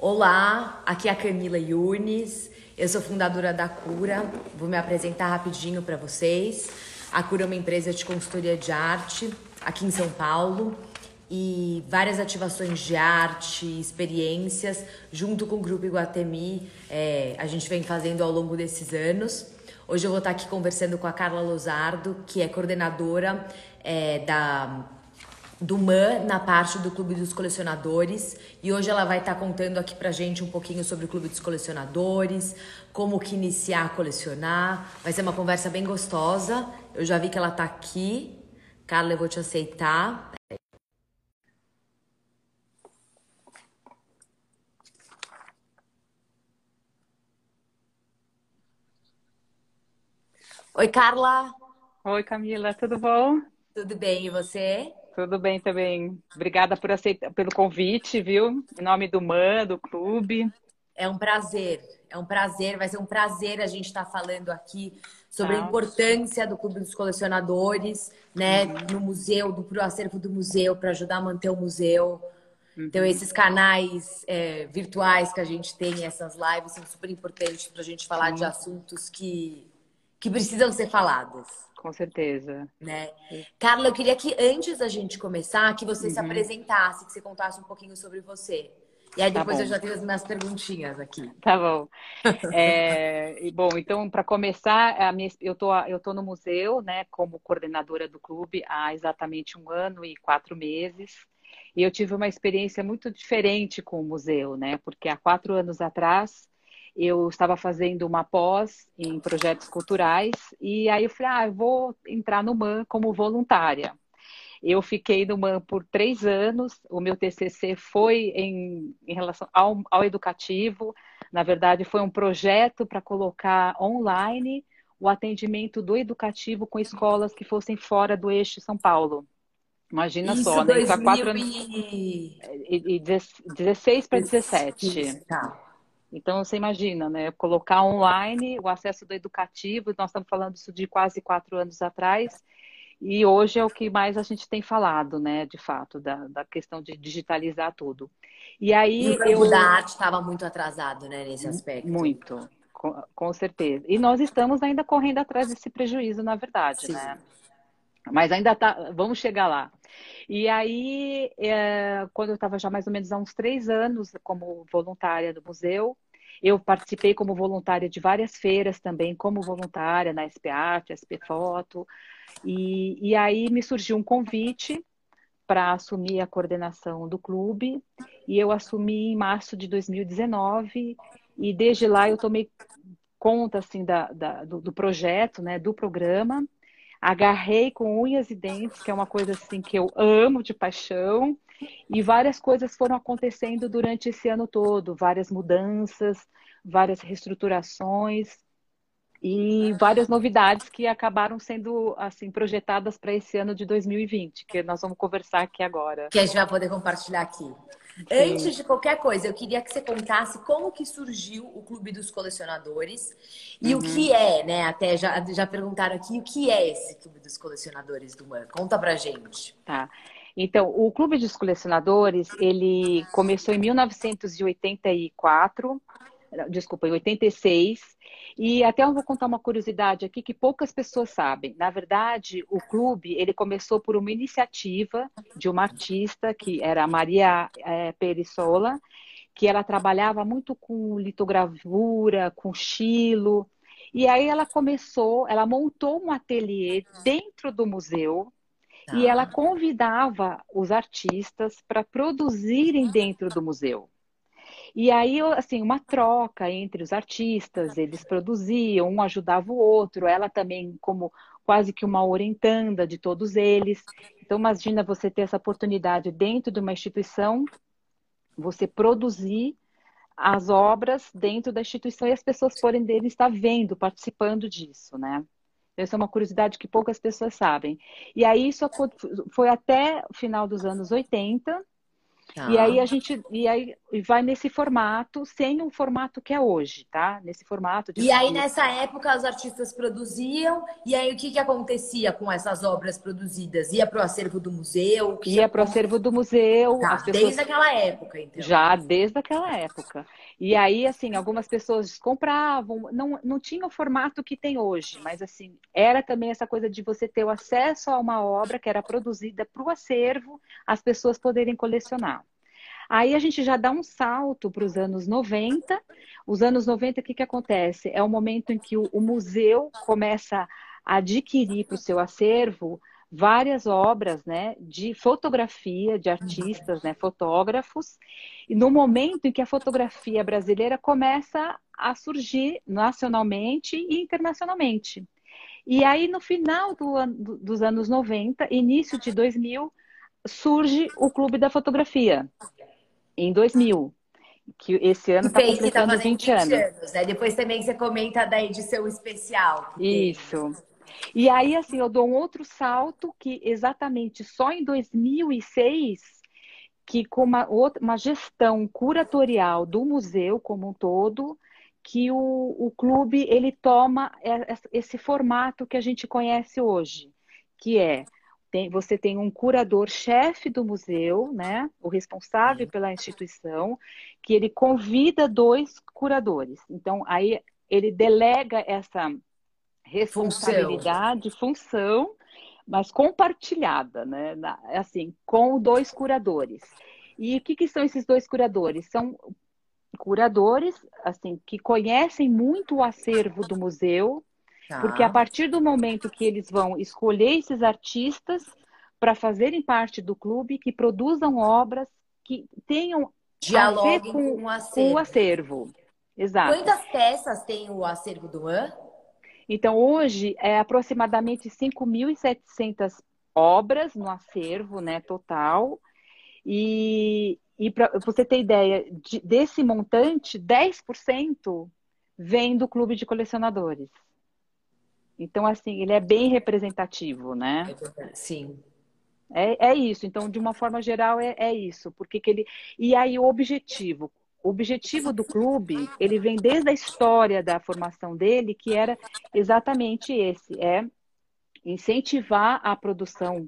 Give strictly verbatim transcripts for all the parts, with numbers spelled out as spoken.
Olá, aqui é a Camila Yunes, eu sou fundadora da Cura, vou me apresentar rapidinho para vocês. A Cura é uma empresa de consultoria de arte aqui em São Paulo e várias ativações de arte, experiências, junto com o Grupo Iguatemi, é, a gente vem fazendo ao longo desses anos. Hoje eu vou estar aqui conversando com a Carla Lozardo, que é coordenadora é, da... do M A N na parte do Clube dos Colecionadores, e hoje ela vai estar contando aqui pra gente um pouquinho sobre o Clube dos Colecionadores, como que iniciar a colecionar. Vai ser uma conversa bem gostosa. Eu já vi que ela tá aqui. Carla, eu vou te aceitar. Oi, Carla. Oi, Camila, tudo bom? Tudo bem, e você? Tudo bem também. Obrigada por aceitar, pelo convite, viu? Em nome do M A N, do clube. É um prazer, é um prazer, vai ser um prazer a gente estar falando aqui sobre a Tá? importância do Clube dos Colecionadores, né, Uhum, no museu, do pro acervo do museu, para ajudar a manter o museu. Então, uhum, esses canais é, virtuais que a gente tem, essas lives, são super importantes para a gente falar de sim, assuntos que, que precisam ser falados, com certeza. né? Carla, eu queria que antes da gente começar, que você se Uhum, apresentasse, que você contasse um pouquinho sobre você. E aí tá depois eu bom, já tenho as minhas perguntinhas aqui. tá bom. É, e, bom, então, para começar, a minha, eu tô, eu tô no museu, né, como coordenadora do clube há exatamente um ano e quatro meses. E eu tive uma experiência muito diferente com o museu, né? Porque há quatro anos atrás eu estava fazendo uma pós em projetos culturais e aí eu falei, ah, eu vou entrar no M A N como voluntária. Eu fiquei no M A N por três anos. O meu T C C foi em, em relação ao, ao educativo. Na verdade, foi um projeto para colocar online o atendimento do educativo com escolas que fossem fora do eixo São Paulo. Imagina Isso só, né? Isso há dois quatro mil anos, e... e, e dezesseis para dezessete. Isso, tá. Então, você imagina, né? Colocar online o acesso do educativo, nós estamos falando isso de quase quatro anos atrás, e hoje é o que mais a gente tem falado, né? De fato, da, da questão de digitalizar tudo. E E o aí campo da eu, arte estava muito atrasado, né, nesse aspecto. muito, com, com certeza. E nós estamos ainda correndo atrás desse prejuízo, na verdade, Sim. né? Mas ainda tá, vamos chegar lá. E aí, é, quando eu estava já mais ou menos há uns três anos como voluntária do museu, eu participei como voluntária de várias feiras também, como voluntária na S P Arte, S P Foto, e, e aí me surgiu um convite para assumir a coordenação do clube, e eu assumi em março de dois mil e dezenove, e desde lá eu tomei conta assim da, da do, do projeto, né, do programa. Agarrei com unhas e dentes, que é uma coisa assim que eu amo de paixão, e várias coisas foram acontecendo durante esse ano todo, várias mudanças, várias reestruturações e várias novidades que acabaram sendo assim projetadas para esse ano de dois mil e vinte, que nós vamos conversar aqui agora. Que a gente vai poder compartilhar aqui. Sim. Antes de qualquer coisa, eu queria que você contasse como que surgiu o Clube dos Colecionadores e o Uhum. que é, né? Até já, já perguntaram aqui o que é esse Clube dos Colecionadores do M A N. Conta pra gente. Tá. Então, o Clube dos Colecionadores, ele começou em mil novecentos e oitenta e quatro, desculpa, em oitenta e seis, e até eu vou contar uma curiosidade aqui que poucas pessoas sabem. Na verdade, o clube, ele começou por uma iniciativa de uma artista, que era a Maria eh, Perissola, que ela trabalhava muito com litogravura, com estilo, e aí ela começou, ela montou um ateliê dentro do museu, e ela Tá. convidava os artistas para produzirem dentro do museu. E aí, assim, uma troca entre os artistas, eles produziam, um ajudava o outro, ela também como quase que uma orientanda de todos eles. Então, imagina você ter essa oportunidade dentro de uma instituição, você produzir as obras dentro da instituição e as pessoas podem estar vendo, participando disso, né? Essa é uma curiosidade que poucas pessoas sabem. E aí isso foi até o final dos anos oitenta. E aí Tá. a gente e aí vai nesse formato, sem o formato que é hoje, tá? Nesse formato de, E aí, de nessa época, os artistas produziam, e aí o que que acontecia com essas obras produzidas? Ia para o acervo do museu? O que que ia para o acontecia? acervo do museu, as Tá, desde pessoas aquela época, então. já desde aquela época. E aí, assim, algumas pessoas compravam, não, não tinha o formato que tem hoje, mas assim, era também essa coisa de você ter o acesso a uma obra que era produzida para o acervo, as pessoas poderem colecionar. Aí a gente já dá um salto para os anos noventa. Os anos noventa, o que, que acontece? É o momento em que o, o museu começa a adquirir para o seu acervo várias obras, né, de fotografia de artistas, né, fotógrafos, e no momento em que a fotografia brasileira começa a surgir nacionalmente e internacionalmente. E aí, no final do an do, dos anos noventa, início de dois mil, surge o Clube da Fotografia, em dois mil, que esse ano Que está fez que tá completando fazendo vinte vinte anos. anos, né? Depois também você comenta da edição especial que teve. Isso. E aí, assim, eu dou um outro salto que exatamente só em dois mil e seis, que com uma, outra, uma gestão curatorial do museu como um todo, que o, o clube ele toma esse formato que a gente conhece hoje, que é tem, você tem um curador-chefe do museu, né, o responsável Sim. pela instituição, que ele convida dois curadores. Então, aí ele delega essa Função. responsabilidade, função, mas compartilhada, né? Assim, com dois curadores. E o que, que são esses dois curadores? São curadores, assim, que conhecem muito o acervo do museu, porque a Tá. partir do momento que eles vão escolher esses artistas para fazerem parte do clube, que produzam obras que tenham a ver Dialoguem com, com o com o acervo. acervo. Exato. Quantas peças tem o acervo do M A N? Então, hoje, é aproximadamente cinco mil e setecentas obras no acervo, né, total. E, e para você ter ideia, de, desse montante, dez por cento vem do clube de colecionadores. Então, assim, ele é bem representativo, né? Sim. É, é isso. Então, de uma forma geral, é, é isso. Porque que ele... E aí, o objetivo. O objetivo do clube, ele vem desde a história da formação dele, que era exatamente esse, é incentivar a produção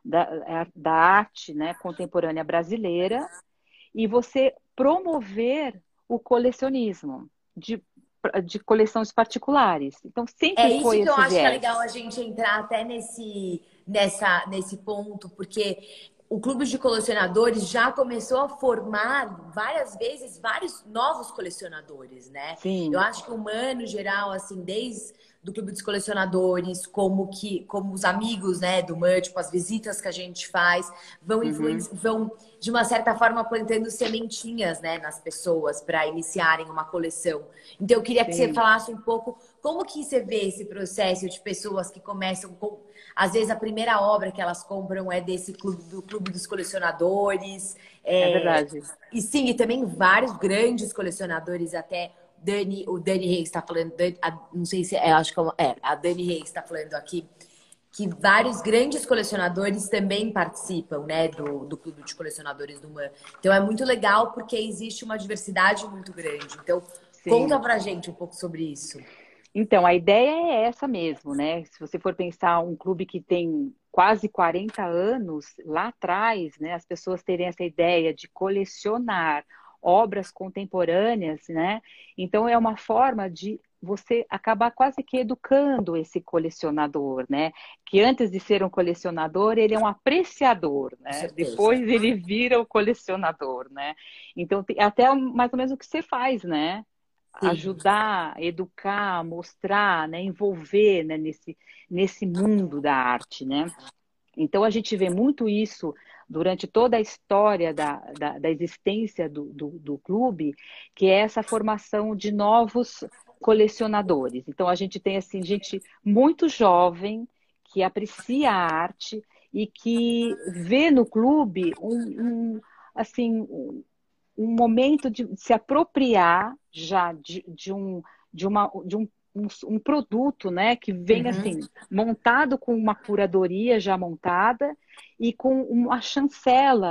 da, da arte, né, contemporânea brasileira e você promover o colecionismo de, de coleções particulares. Então, É sempre isso foi que eu esse acho que é viés. legal a gente entrar até nesse, nessa, nesse ponto, porque o clube de colecionadores já começou a formar várias vezes vários novos colecionadores, né? Eu Sim. acho que o humano geral, assim, desde do clube dos colecionadores, como que, como os amigos, né, do M A N, tipo, as visitas que a gente faz, vão Uhum. influenciar, vão de uma certa forma plantando sementinhas, né, nas pessoas para iniciarem uma coleção. Então eu queria que você Sim. falasse um pouco como que você vê esse processo de pessoas que começam com, às vezes a primeira obra que elas compram é desse clube do clube dos colecionadores, É é, verdade. e sim, e também vários grandes colecionadores até Dani, o Dani Reis está falando, Dani, a, não sei se é, acho que é, é a Dani Reis está falando aqui que vários grandes colecionadores também participam, né, do, do clube de colecionadores do M A N. Então é muito legal porque existe uma diversidade muito grande. Então conta Sim. pra gente um pouco sobre isso. Então, a ideia é essa mesmo, né? Se você for pensar um clube que tem quase quarenta anos, lá atrás, né, as pessoas terem essa ideia de colecionar obras contemporâneas, né? Então, é uma forma de você acabar quase que educando esse colecionador, né? Que antes de ser um colecionador, ele é um apreciador, Com né? certeza. Depois ele vira o colecionador, né? Então, tem até mais ou menos o que você faz, né? Sim. Ajudar, educar, mostrar, né, envolver, né, nesse, nesse mundo da arte, né? Então a gente vê muito isso durante toda a história da, da, da existência do, do, do clube, que é essa formação de novos colecionadores. Então a gente tem assim gente muito jovem que aprecia a arte e que vê no clube um, um assim um, um momento de se apropriar já de, de um de uma de um, um, um produto, né, que vem Uhum. assim montado com uma curadoria já montada e com uma chancela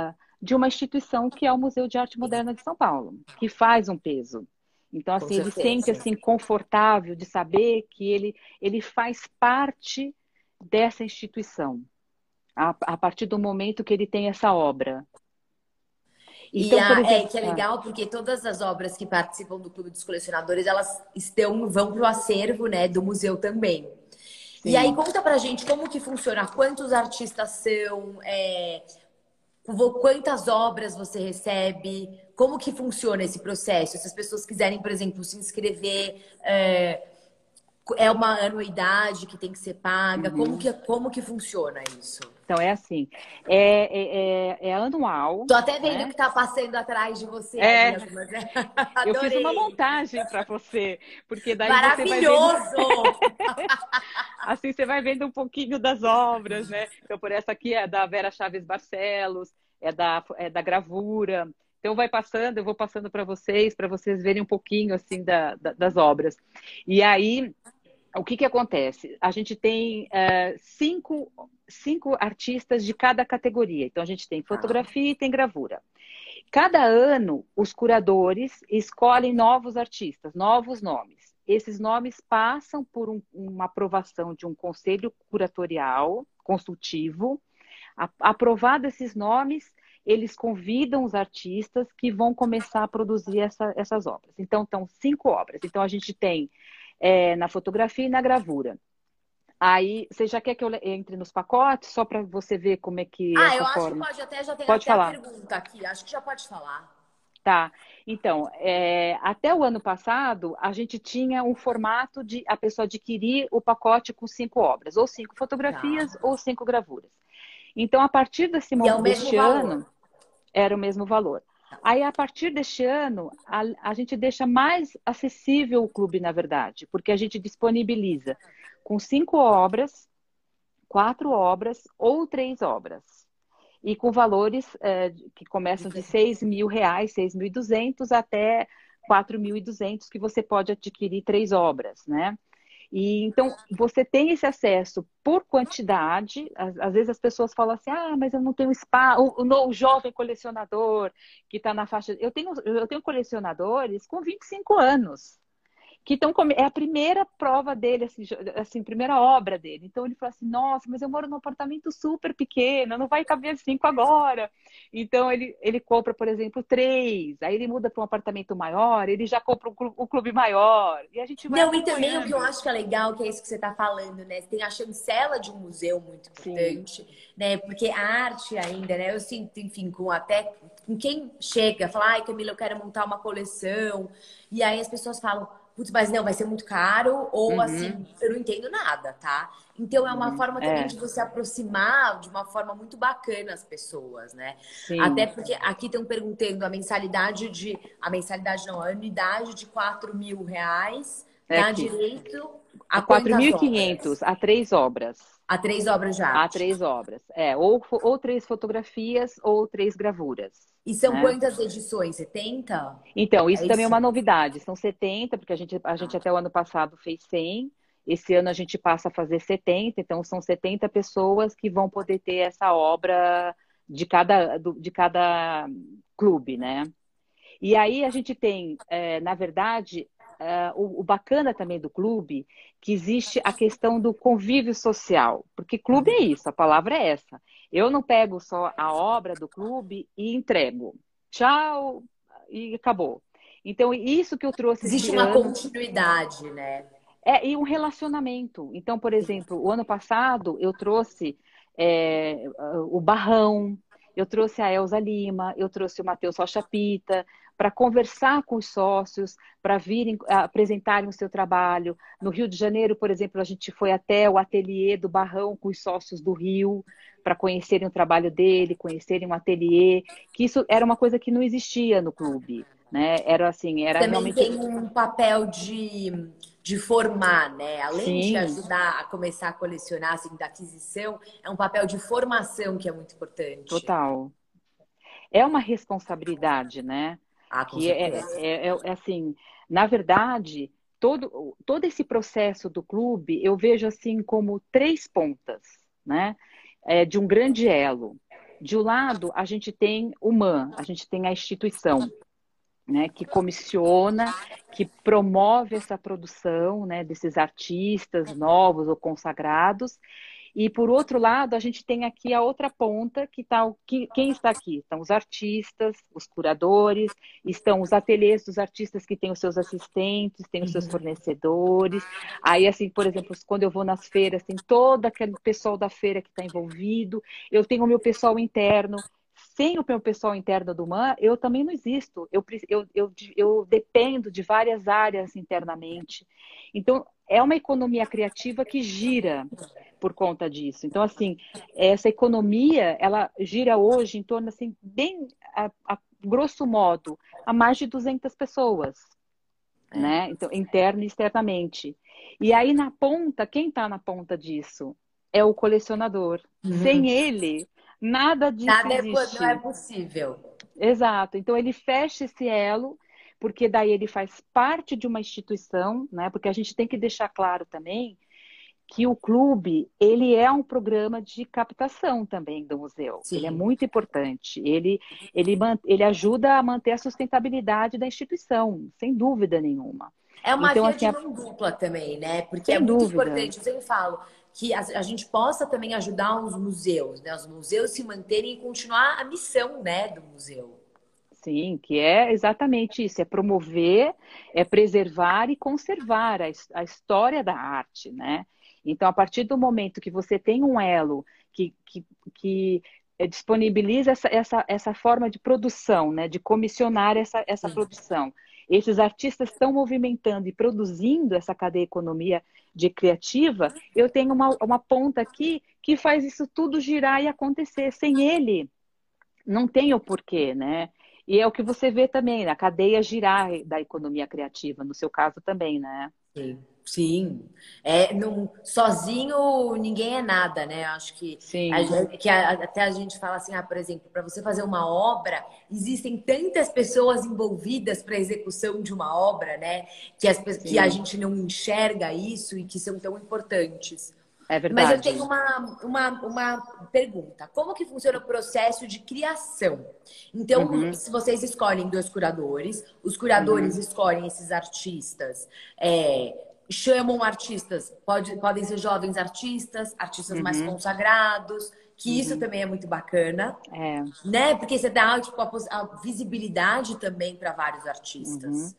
de uma instituição que é o Museu de Arte Moderna de São Paulo, que faz um peso. Então, Com assim, ele sente certeza. assim confortável de saber que ele, ele faz parte dessa instituição, a, a partir do momento que ele tem essa obra. E Então, por a, é exemplo, que é ah, legal porque todas as obras que participam do Clube dos Colecionadores, elas estão, vão para o acervo, né, do museu também. E aí sim. conta pra gente como que funciona, quantos artistas são, é, quantas obras você recebe, como que funciona esse processo? Se as pessoas quiserem, por exemplo, se inscrever, é, é uma anuidade que tem que ser paga, como Uhum. que, como que funciona isso? Então, é assim, é, é, é é anual, Tô até vendo né? que tá passando atrás de você aí É, algumas. eu fiz uma Adorei! montagem para você, porque daí você vai vendo, Maravilhoso! assim você vai vendo um pouquinho das obras, né? Então, por essa aqui é da Vera Chaves Barcelos, é da, é da gravura. Então, vai passando, eu vou passando para vocês, para vocês verem um pouquinho, assim, da, da- das obras. E aí, o que que acontece? A gente tem eh, cinco, cinco artistas de cada categoria. Então, a gente tem Tá. fotografia e tem gravura. Cada ano, os curadores escolhem novos artistas, novos nomes. Esses nomes passam por um- uma aprovação de um conselho curatorial consultivo. A- Aprovado esses nomes, eles convidam os artistas que vão começar a produzir essa- essas obras. Então, estão cinco obras. Então, a gente tem eh, na fotografia e na gravura. Aí, você já quer que eu le- entre nos pacotes, só para você ver como é que é Ah, essa eu acho que forma? pode até, já tem Pode até a falar. pergunta aqui. Acho que já pode falar. Tá. Então, é, até o ano passado, a gente tinha um formato de a pessoa adquirir o pacote com cinco obras, ou cinco Tá. fotografias, ou cinco gravuras. Então, a partir desse, E é mo- o mesmo deste valor. ano, era o mesmo valor. Aí, a partir deste ano, a, a gente deixa mais acessível o clube, na verdade, porque a gente disponibiliza com cinco obras, quatro obras ou três obras. E com valores é, que começam de seis mil reais, seis mil e duzentos até quatro mil e duzentos que você pode adquirir três obras, né? E então você tem esse acesso por quantidade. Às, às vezes as pessoas falam assim: ah, mas eu não tenho espaço. O, o, o jovem colecionador que está na faixa. Eu tenho, eu tenho colecionadores com vinte e cinco anos que estão é a primeira prova dele, assim, assim, primeira obra dele. Então ele falou assim, nossa, mas eu moro num apartamento super pequeno, não vai caber cinco agora. Então ele, ele compra, por exemplo, três, aí ele muda para um apartamento maior, ele já compra um clube, um clube maior, e a gente vai Não, e também o que eu acompanhando. acho que é legal, que é isso que você está falando, né? Tem a chancela de um museu muito Sim. importante, né? Porque a arte ainda, né? Eu sinto, enfim, com até com quem chega, fala, ai, Camila, eu quero montar uma coleção. E aí as pessoas falam, putz, mas não, vai ser muito caro, ou Uhum, assim, eu não entendo nada, tá? Então é uma uhum. forma também É, de você aproximar de uma forma muito bacana as pessoas, né? Até sim. porque aqui estão perguntando a mensalidade de. A mensalidade não, a anuidade de quatro mil reais É dá aqui. direito É a quatro mil quantas e quinhentos obras? a três obras. A três obras de Há arte. três obras. É, ou, fo- ou três fotografias ou três gravuras, E são né? quantas edições? Setenta? Então, É isso também é uma isso? novidade. São setenta, porque a gente, a gente até o ano passado fez cem. Esse ano a gente passa a fazer setenta. Então, são setenta pessoas que vão poder ter essa obra de cada, do- de cada clube, né? E aí a gente tem, é, na verdade, é, o, o bacana também do clube, que existe a questão do convívio social. Porque clube é isso, a palavra é essa. Eu não pego só a obra do clube e entrego. Tchau, e acabou. Então, isso que eu trouxe Existe esse uma ano continuidade, né? é e um relacionamento. Então, por exemplo, o ano passado eu trouxe é, o Barrão, eu trouxe a Elza Lima, eu trouxe o Matheus Rocha Pita para conversar com os sócios, para virem apresentarem o seu trabalho. No Rio de Janeiro, por exemplo, a gente foi até o ateliê do Barrão com os sócios do Rio para conhecerem o trabalho dele, conhecerem um ateliê, que isso era uma coisa que não existia no clube, né? Era assim, era Também realmente tem um papel de, de formar, né? Além de sim, ajudar a começar a colecionar, assim, da aquisição, é um papel de formação que é muito importante. total. É uma responsabilidade, né? Ah, com Que é, certeza. é, é, é assim, na verdade, todo, todo esse processo do clube eu vejo assim como três pontas, né? É, de um grande elo. De um lado, a gente tem o MAN, a gente tem a instituição, né, que comissiona, que promove essa produção, né, desses artistas novos ou consagrados. E, por outro lado, a gente tem aqui a outra ponta, que tá, que, quem está aqui? Estão os artistas, os curadores, estão os ateliês dos artistas que têm os seus assistentes, têm os seus fornecedores. Aí, assim, por exemplo, quando eu vou nas feiras, tem todo aquele pessoal da feira que está envolvido, eu tenho o meu pessoal interno. Sem o meu pessoal interno do MAN, eu também não existo. Eu, eu, eu, eu dependo de várias áreas internamente. Então, é uma economia criativa que gira por conta disso. Então, assim, essa economia, ela gira hoje em torno, assim, bem, a, a grosso modo, a mais de duzentas pessoas, é. né? Então, interno e externamente. E aí, na ponta, quem está na ponta disso? É o colecionador. Uhum. Sem ele, nada disso Nada existe. É, não é possível. Exato. Então, ele fecha esse elo, porque daí ele faz parte de uma instituição, né? Porque a gente tem que deixar claro também que o clube, ele é um programa de captação também do museu. Sim. Ele é muito importante. Ele, ele, ele ajuda a manter a sustentabilidade da instituição, sem dúvida nenhuma. É uma então, via assim, de mão dupla também, né? Porque sem é muito dúvida. importante, eu sempre falo, que a, a gente possa também ajudar os museus, né? Os museus se manterem e continuar a missão, né, do museu. Sim, que é exatamente isso, é promover, é preservar e conservar a, a história da arte, né? Então, a partir do momento que você tem um elo que, que, que disponibiliza essa, essa, essa forma de produção, né? De comissionar essa, essa produção, esses artistas estão movimentando e produzindo essa cadeia economia de criativa, eu tenho uma, uma ponta aqui que faz isso tudo girar e acontecer. Sem ele, não tem o porquê, né? E é o que você vê também, a cadeia girar da economia criativa, no seu caso também, né? Sim, sim. É, não, sozinho ninguém é nada, né? Acho que, a gente, que a, até a gente fala assim, ah, por exemplo, para você fazer uma obra, existem tantas pessoas envolvidas para a execução de uma obra, né? Que, as, que a gente não enxerga isso e que são tão importantes. É verdade. Mas eu tenho uma, uma, uma pergunta. Como que funciona o processo de criação? Então, uhum. se vocês escolhem dois curadores, os curadores uhum. escolhem esses artistas, é, chamam artistas, pode, podem ser jovens artistas, artistas uhum. mais consagrados, que uhum. isso também é muito bacana, é. né? Porque você dá tipo, a, a visibilidade também para vários artistas. Uhum.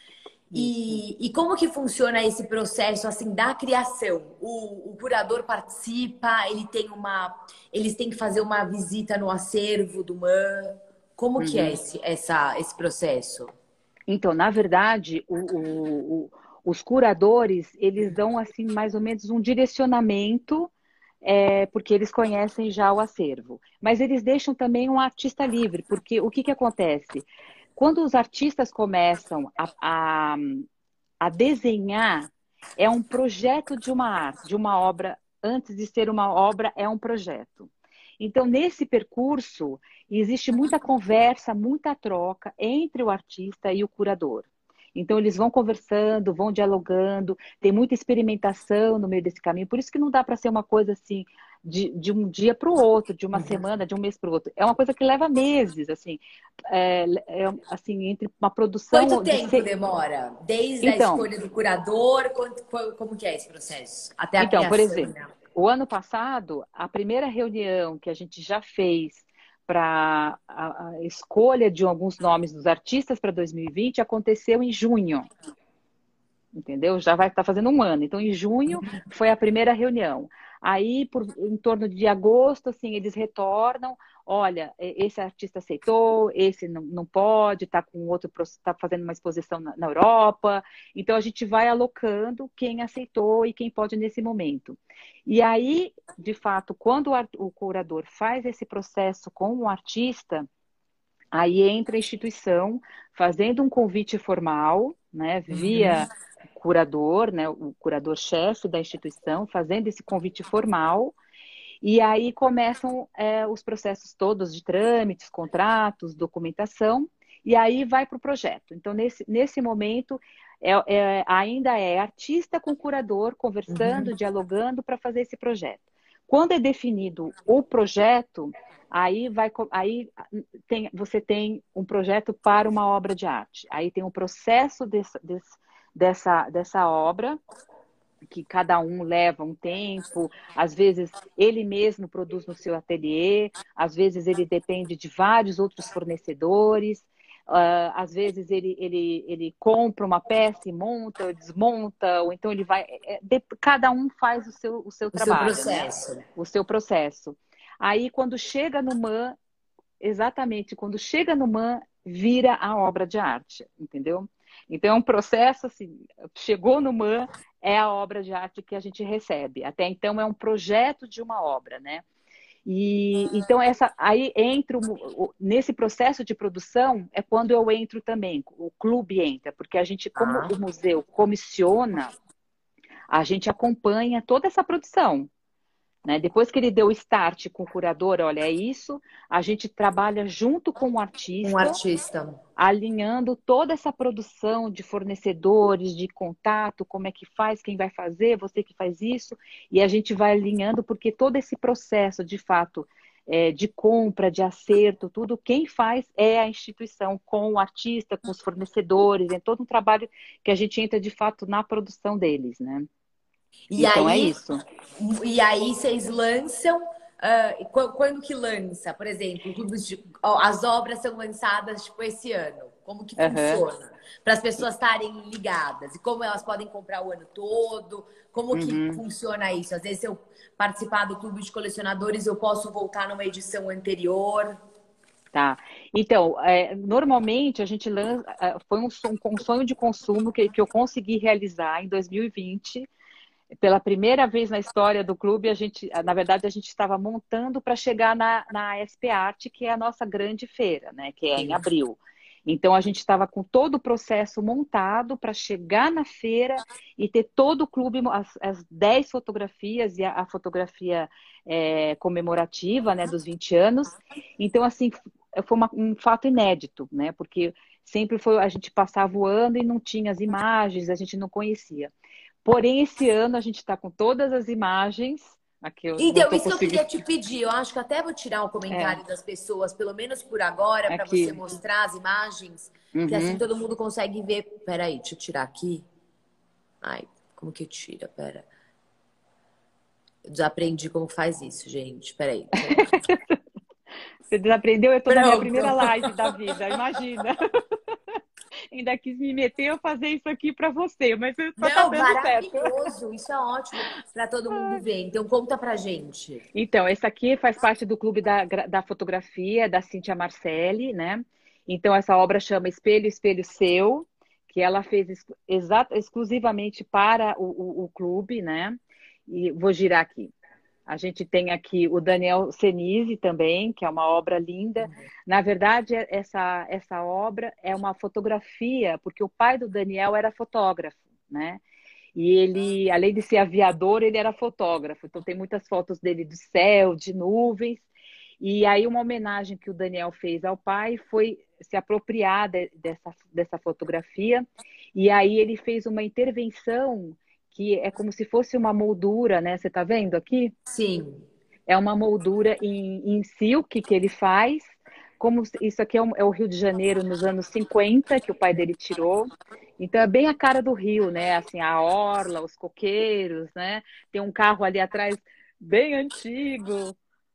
E, e como que funciona esse processo assim da criação? O, o curador participa, ele tem uma, eles têm que fazer uma visita no acervo do MAN. Como uhum. que é esse, essa, esse processo? Então, na verdade, o, o, o, os curadores, eles dão assim mais ou menos um direcionamento, é, porque eles conhecem já o acervo. Mas eles deixam também um artista livre, porque o que, que acontece? Quando os artistas começam a, a, a desenhar, é um projeto de uma arte, de uma obra, antes de ser uma obra, é um projeto. Então, nesse percurso, existe muita conversa, muita troca entre o artista e o curador. Então, eles vão conversando, vão dialogando, tem muita experimentação no meio desse caminho. Por isso que não dá para ser uma coisa assim, de, de um dia para o outro, de uma uhum. semana, de um mês para o outro. É uma coisa que leva meses, assim, é, é, assim entre uma produção... Quanto tempo de ser... demora? Desde então, a escolha do curador, quanto, como que é esse processo? Até a então, criação, por exemplo, né? O ano passado, a primeira reunião que a gente já fez para a, a escolha de alguns nomes dos artistas para dois mil e vinte aconteceu em junho. Entendeu? Já vai estar fazendo um ano. Então, em junho foi a primeira reunião. Aí, por, em torno de agosto, assim, eles retornam. Olha, esse artista aceitou, esse não, não pode, está com outro, está fazendo uma exposição na, na Europa. Então, a gente vai alocando quem aceitou e quem pode nesse momento. E aí, de fato, quando o, o curador faz esse processo com o artista, aí entra a instituição fazendo um convite formal, né, via curador, né, o curador-chefe da instituição, fazendo esse convite formal, e aí começam é, os processos todos de trâmites, contratos, documentação, e aí vai para o projeto. Então, nesse, nesse momento, é, é, ainda é artista com curador, conversando, uhum. dialogando para fazer esse projeto. Quando é definido o projeto, Aí, vai, aí tem, você tem um projeto para uma obra de arte. Aí tem um processo desse, desse, dessa, dessa obra, que cada um leva um tempo, às vezes ele mesmo produz no seu ateliê, às vezes ele depende de vários outros fornecedores, uh, às vezes ele, ele, ele compra uma peça e monta, ou desmonta, ou então ele vai... É, de, cada um faz o seu, o seu O seu trabalho, né? processo. O seu processo. Aí, quando chega no MAN, exatamente, quando chega no MAN, vira a obra de arte, entendeu? Então, é um processo, assim, chegou no MAN, é a obra de arte que a gente recebe. Até então, é um projeto de uma obra, né? E, então, essa, aí entro, nesse processo de produção, é quando eu entro também, o clube entra, porque a gente, como Tá. o museu comissiona, a gente acompanha toda essa produção. Né? Depois que ele deu o start com o curador, olha, é isso, a gente trabalha junto com o Um artista, artista. alinhando toda essa produção de fornecedores, de contato, como é que faz, quem vai fazer, você que faz isso, e a gente vai alinhando, porque todo esse processo, de fato, é, de compra, de acerto, tudo, quem faz é a instituição, com o artista, com os fornecedores, é todo um trabalho que a gente entra, de fato, na produção deles, né? E Então, é aí, isso. e aí vocês lançam. Uh, quando que lança? Por exemplo, clubes de, ó, as obras são lançadas tipo esse ano. Como que Uhum. funciona? Para as pessoas estarem ligadas. E como elas podem comprar o ano todo? Como que Uhum. funciona isso? Às vezes, se eu participar do clube de colecionadores, eu posso voltar numa edição anterior. Tá. Então, é, normalmente a gente lança, é, foi um, son- um sonho de consumo que, que eu consegui realizar em dois mil e vinte. Pela primeira vez na história do clube, a gente, na verdade, a gente estava montando para chegar na, na S P Art, que é a nossa grande feira, né? Que é em Sim. abril. Então, a gente estava com todo o processo montado para chegar na feira e ter todo o clube, as, as dez fotografias e a, a fotografia é, comemorativa, né, dos vinte anos. Então, assim, foi uma, um fato inédito, né? Porque sempre foi, a gente passava o ano e não tinha as imagens, a gente não conhecia. Porém, esse ano a gente está com todas as imagens. Aqui eu não Então, estou isso que eu conseguindo. queria te pedir. Eu acho que até vou tirar o É, comentário das pessoas, pelo menos por agora, para você aqui. mostrar as imagens, que assim Uhum. todo mundo consegue ver. Peraí, deixa eu tirar aqui. Ai, como que tira? Pera. Eu desaprendi como faz isso, gente. Peraí. Você desaprendeu? Eu estou na minha Pronto. primeira live da vida, imagina. Ainda quis me meter a fazer isso aqui para você, mas só tá Não, dando certo. maravilhoso. Isso é ótimo para todo mundo ver. Então, conta pra gente. Então, essa aqui faz parte do clube da, da fotografia da Cíntia Marcelli, né? Então, essa obra chama Espelho, Espelho Seu, que ela fez exata, exclusivamente para o, o, o clube, né? E vou girar aqui. A gente tem aqui o Daniel Senise também, que é uma obra linda. Na verdade, essa, essa obra é uma fotografia, porque o pai do Daniel era fotógrafo, né? E ele, além de ser aviador, ele era fotógrafo. Então tem muitas fotos dele do céu, de nuvens. E aí uma homenagem que o Daniel fez ao pai foi se apropriar de, dessa, dessa fotografia. E aí ele fez uma intervenção que é como se fosse uma moldura, né? Você está vendo aqui? Sim. É uma moldura em, em silk que ele faz. Como isso aqui é, um, é o Rio de Janeiro nos anos cinquenta, que o pai dele tirou. Então é bem a cara do Rio, né? Assim, a orla, os coqueiros, né? Tem um carro ali atrás bem antigo.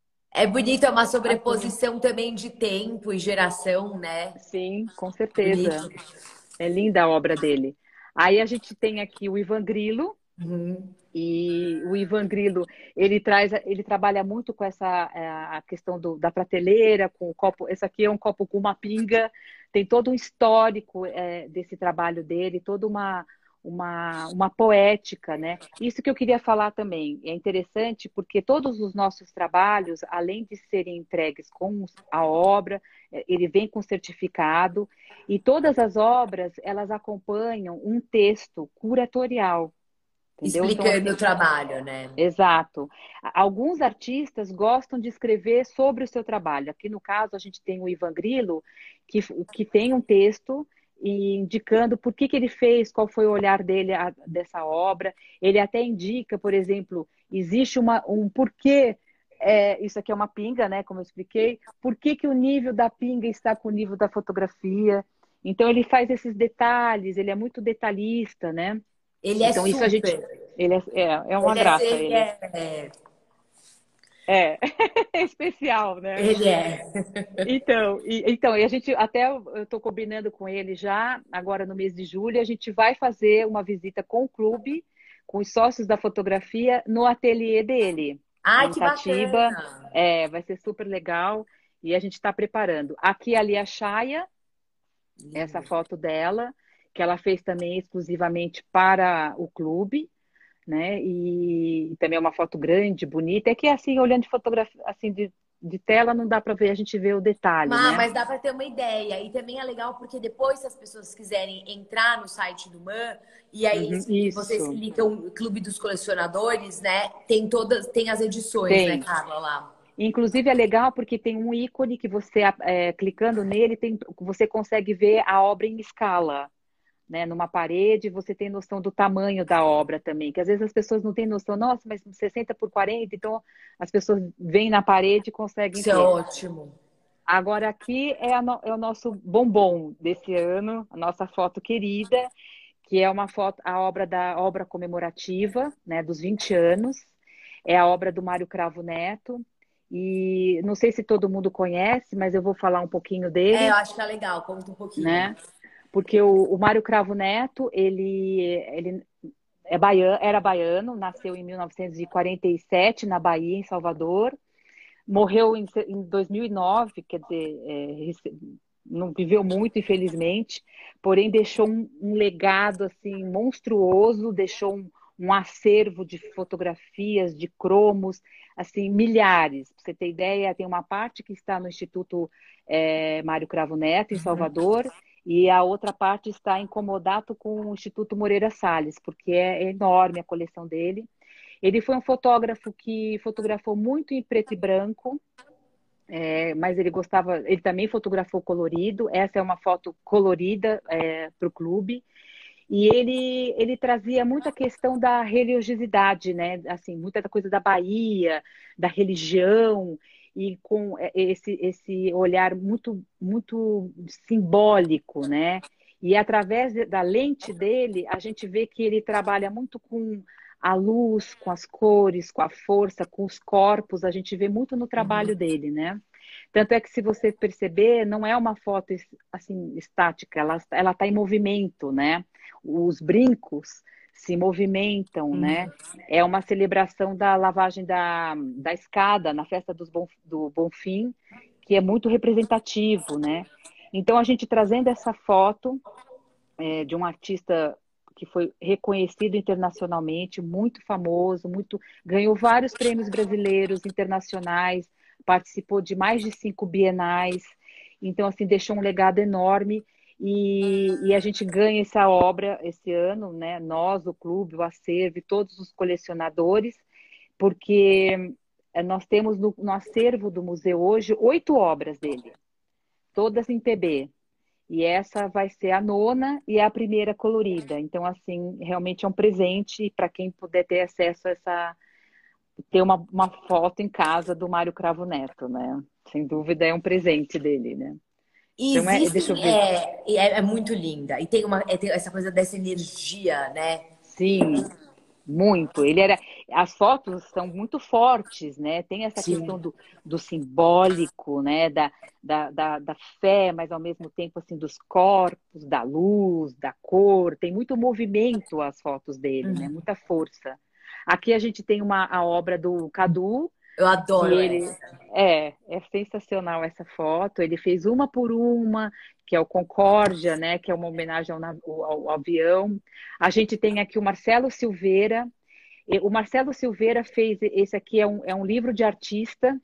É bonito, é uma Assim, sobreposição também de tempo e geração, né? sim, com Bonito. certeza. É linda a obra dele. Aí a gente tem aqui o Ivan Grilo. Uhum. E o Ivan Grilo, ele traz, ele trabalha muito com essa é, a questão do, da prateleira, com o copo. Esse aqui é um copo com uma pinga. Tem todo um histórico é, desse trabalho dele, toda uma, uma, uma poética, né? Isso que eu queria falar também. É interessante porque todos os nossos trabalhos, além de serem entregues com a obra, é, ele vem com certificado, e todas as obras, elas acompanham um texto curatorial. Entendeu? Então, Explicando assim, o trabalho, né? exato. Alguns artistas gostam de escrever sobre o seu trabalho. Aqui no caso, a gente tem o Ivan Grilo, que, que tem um texto indicando por que, que ele fez, qual foi o olhar dele a, dessa obra. Ele até indica, por exemplo, existe uma, um porquê é, isso aqui é uma pinga, né? Como eu expliquei. Por que que o nível da pinga está com o nível da fotografia? Então ele faz esses detalhes, ele é muito detalhista, né? Ele é Então isso a gente, super. ele é, é, é uma Ele é, graça, ele ele é, é, é, é especial, né? ele é. Então, e, então, e a gente até eu estou combinando com ele já, agora no mês de julho, a gente vai fazer uma visita com o clube, com os sócios da fotografia, no ateliê dele, Ai, em que Itatiba. bacana. É, vai ser super legal e a gente está preparando. Aqui ali a Chaya, essa Lindo. foto dela, que ela fez também exclusivamente para o clube, né? E também é uma foto grande, bonita. É que assim, olhando de fotografia, assim, de, de tela, não dá para ver, a gente vê o detalhe, Ma- né? Mas dá para ter uma ideia. E também é legal porque depois, se as pessoas quiserem entrar no site do Man, e aí Uhum, vocês isso, clicam Clube dos Colecionadores, né? Tem todas, tem as edições, né, tem. Carla, lá. Inclusive é legal porque tem um ícone que você, é, clicando nele, tem, você consegue ver a obra em escala, né? Numa parede, você tem noção do tamanho da obra também, que às vezes as pessoas não têm noção, nossa, mas sessenta por quarenta, então as pessoas veem na parede e conseguem Isso é ver. ótimo. Agora aqui é, a no- é o nosso bombom desse ano, a nossa foto querida, que é uma foto, a obra da obra comemorativa, né, dos vinte anos. É a obra do Mário Cravo Neto. E não sei se todo mundo conhece, mas eu vou falar um pouquinho É, eu dele, acho que é legal. Conta um pouquinho. né? Porque o, o Mário Cravo Neto, ele, ele é baiano, era baiano, nasceu em mil novecentos e quarenta e sete na Bahia, em Salvador. Morreu em, em dois mil e nove, quer dizer, é, não viveu muito, infelizmente, porém deixou um, um legado assim monstruoso, deixou um, um acervo de fotografias, de cromos, assim, milhares. Para você ter ideia, tem uma parte que está no Instituto é, Mário Cravo Neto, em Salvador, e a outra parte está em comodato com o Instituto Moreira Salles, porque é enorme a coleção dele. Ele foi um fotógrafo que fotografou muito em preto e branco, é, mas ele gostava, ele também fotografou colorido. Essa é uma foto colorida é, para o clube. E ele, ele trazia muita questão da religiosidade, né? Assim, muita da coisa da Bahia, da religião, e com esse, esse olhar muito, muito simbólico, né? E através da lente dele, a gente vê que ele trabalha muito com a luz, com as cores, com a força, com os corpos. A gente vê muito no trabalho dele, né? Tanto é que, se você perceber, não é uma foto assim estática, ela ela está em movimento, né? Os brincos se movimentam, né? Uhum. É uma celebração da lavagem da, da escada na festa dos Bom, do Bonfim, que é muito representativo, né? Então, a gente trazendo essa foto é, de um artista que foi reconhecido internacionalmente, muito famoso, muito ganhou vários prêmios brasileiros, internacionais, participou de mais de cinco bienais, então assim deixou um legado enorme. E, e a gente ganha essa obra esse ano, né? Nós, o clube, o acervo, e todos os colecionadores, porque eh, nós temos no, no acervo do museu hoje oito obras dele, todas em P B. E essa vai ser a nona e é a primeira colorida. Então, assim, realmente é um presente para quem puder ter acesso a essa, ter uma, uma foto em casa do Mário Cravo Neto, né? Sem dúvida é um presente dele, né? E Então, é, deixa eu existem, ver. é, e é, é muito linda. E tem uma, é, tem essa coisa dessa energia, né? Sim, muito. Ele era. As fotos são muito fortes, né? Tem essa questão Sim. do, do simbólico, né? Da, da, da, da fé, mas ao mesmo tempo assim dos corpos, da luz, da cor. Tem muito movimento as fotos dele, né? Uhum. Muita força. Aqui a gente tem uma a obra do Cadu, Eu que adoro ele essa. é, é sensacional essa foto. Ele fez uma por uma, que é o Concórdia, né? Que é uma homenagem ao, nav- ao, ao avião. A gente tem aqui o Marcelo Silveira. E o Marcelo Silveira fez esse aqui é um, é um livro de artista,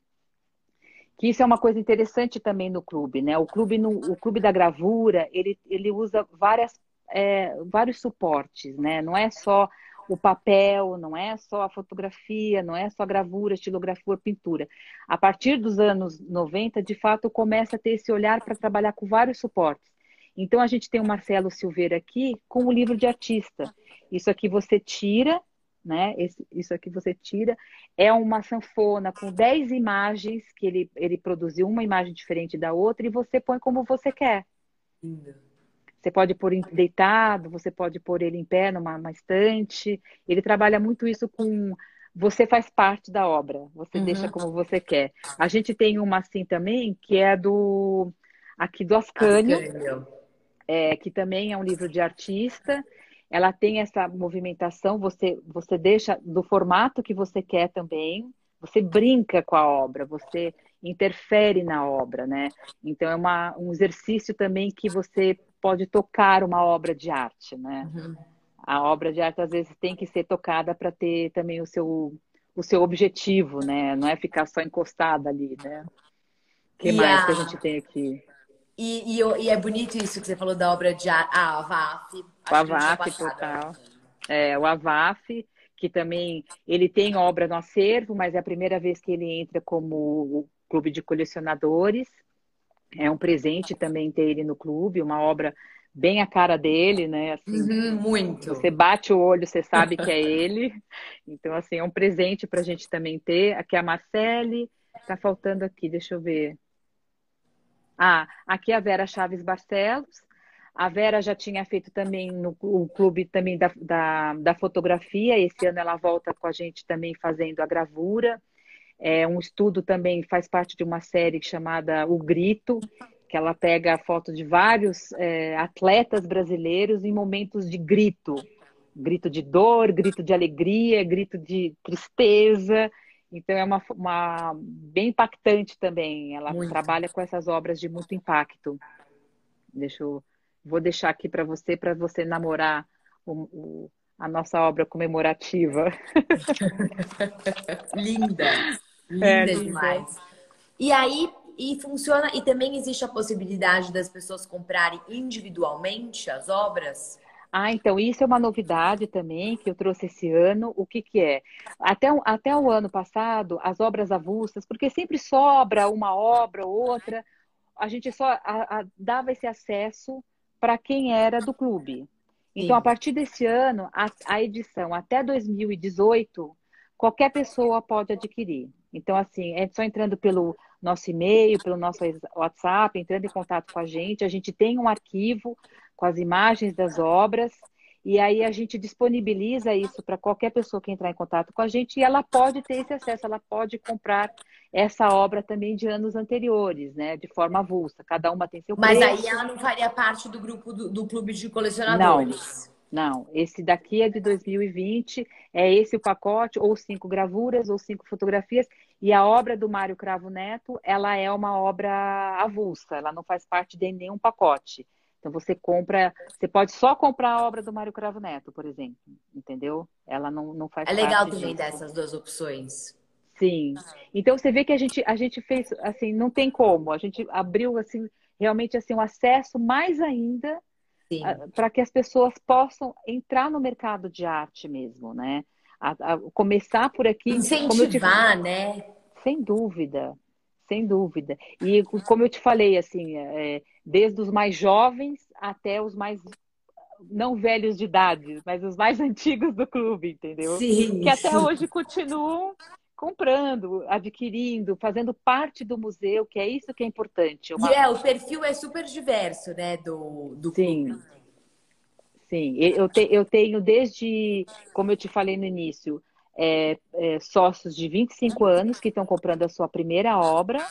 que isso é uma coisa interessante também no clube, né? O clube no, o clube da gravura ele, ele usa várias é, vários suportes, né? Não é só o papel, não é só a fotografia, não é só a gravura, estilografia, pintura. A partir dos anos noventa, de fato, começa a ter esse olhar para trabalhar com vários suportes. Então, a gente tem o Marcelo Silveira aqui com o livro de artista. Isso aqui você tira, né? Esse, isso aqui você tira. É uma sanfona com dez imagens, que ele, ele produziu uma imagem diferente da outra, e você põe como você quer. Lindo. Você pode pôr em- deitado, você pode pôr ele em pé numa, numa estante. Ele trabalha muito isso com... Você faz parte da obra, você deixa Uhum. como você quer. A gente tem uma assim também, que é do... Aqui do Ascânio, Ascânio. é, que também é um livro de artista. Ela tem essa movimentação, você, você deixa do formato que você quer também, você brinca com a obra, você interfere na obra, né? Então é uma, um exercício também que você pode tocar uma obra de arte, né? Uhum. A obra de arte às vezes tem que ser tocada para ter também o seu, o seu objetivo, né? Não é ficar só encostada ali, né? O que E, mais a, que a gente tem aqui? e, e, o- e é bonito isso que você falou da obra de arte. Ah, a V A F. O Acho que a gente tinha Avaf passado ela total. também. É, o Avaf, que também ele tem obra no acervo, mas é a primeira vez que ele entra como o clube de colecionadores. É um presente também ter ele no clube, uma obra bem a cara dele, né? Assim, Uhum, muito. você bate o olho, você sabe que é ele. Então, assim, é um presente para a gente também ter. Aqui é a Marcele, tá faltando aqui, deixa eu ver. Ah, aqui é a Vera Chaves Barcelos. A Vera já tinha feito também no o clube também da, da, da fotografia. Esse ano ela volta com a gente também fazendo a gravura. É um estudo também, faz parte de uma série chamada O Grito, que ela pega a foto de vários é, atletas brasileiros em momentos de grito. Grito de dor, grito de alegria, grito de tristeza. Então é uma, uma bem impactante também. Ela Muito. trabalha com essas obras de muito impacto. Deixa eu, vou deixar aqui para você, para você namorar o, o, a nossa obra comemorativa. Linda. É, Linda linda. demais. E aí, e funciona, e também existe a possibilidade das pessoas comprarem individualmente as obras? Ah, então isso é uma novidade também que eu trouxe esse ano. O que que é? Até, o- até o ano passado, as obras avulsas, porque sempre sobra uma obra ou outra, a gente só a- a- dava esse acesso para quem era do clube. Então, a Sim. partir desse ano, a, a edição até dois mil e dezoito, qualquer pessoa pode adquirir. Então, assim, é só entrando pelo nosso e-mail, pelo nosso WhatsApp, entrando em contato com a gente. A gente tem um arquivo com as imagens das obras, e aí a gente disponibiliza isso para qualquer pessoa que entrar em contato com a gente, e ela pode ter esse acesso, ela pode comprar essa obra também de anos anteriores, né? De forma avulsa. Cada uma tem seu Mas aí preço. ela não faria parte do grupo do, do clube de Não, colecionadores. não. Esse daqui é de dois mil e vinte, é esse o pacote, ou cinco gravuras, ou cinco fotografias. E a obra do Mário Cravo Neto, ela é uma obra avulsa, ela não faz parte de nenhum pacote. Então você compra, você pode só comprar a obra do Mário Cravo Neto, por exemplo, entendeu? Ela não, não faz É legal parte também disso. dessas duas opções. Sim. Então você vê que a gente, a gente fez assim, não tem como. A gente abriu assim realmente assim um acesso mais ainda Sim. para que as pessoas possam entrar no mercado de arte mesmo, né? A, a, começar por aqui, como eu te, Incentivar, né? sem dúvida, sem dúvida. E como eu te falei, assim, é, desde os mais jovens até os mais não velhos de idade, mas os mais antigos do clube, entendeu? Que Sim, até sim. hoje continuam comprando, adquirindo, fazendo parte do museu, que é isso que é importante. E Uma, é, o perfil é super diverso, né, do, do clube. sim, sim. Eu, te, eu tenho desde, como eu te falei no início, é, é, sócios de vinte e cinco anos que estão comprando a sua primeira obra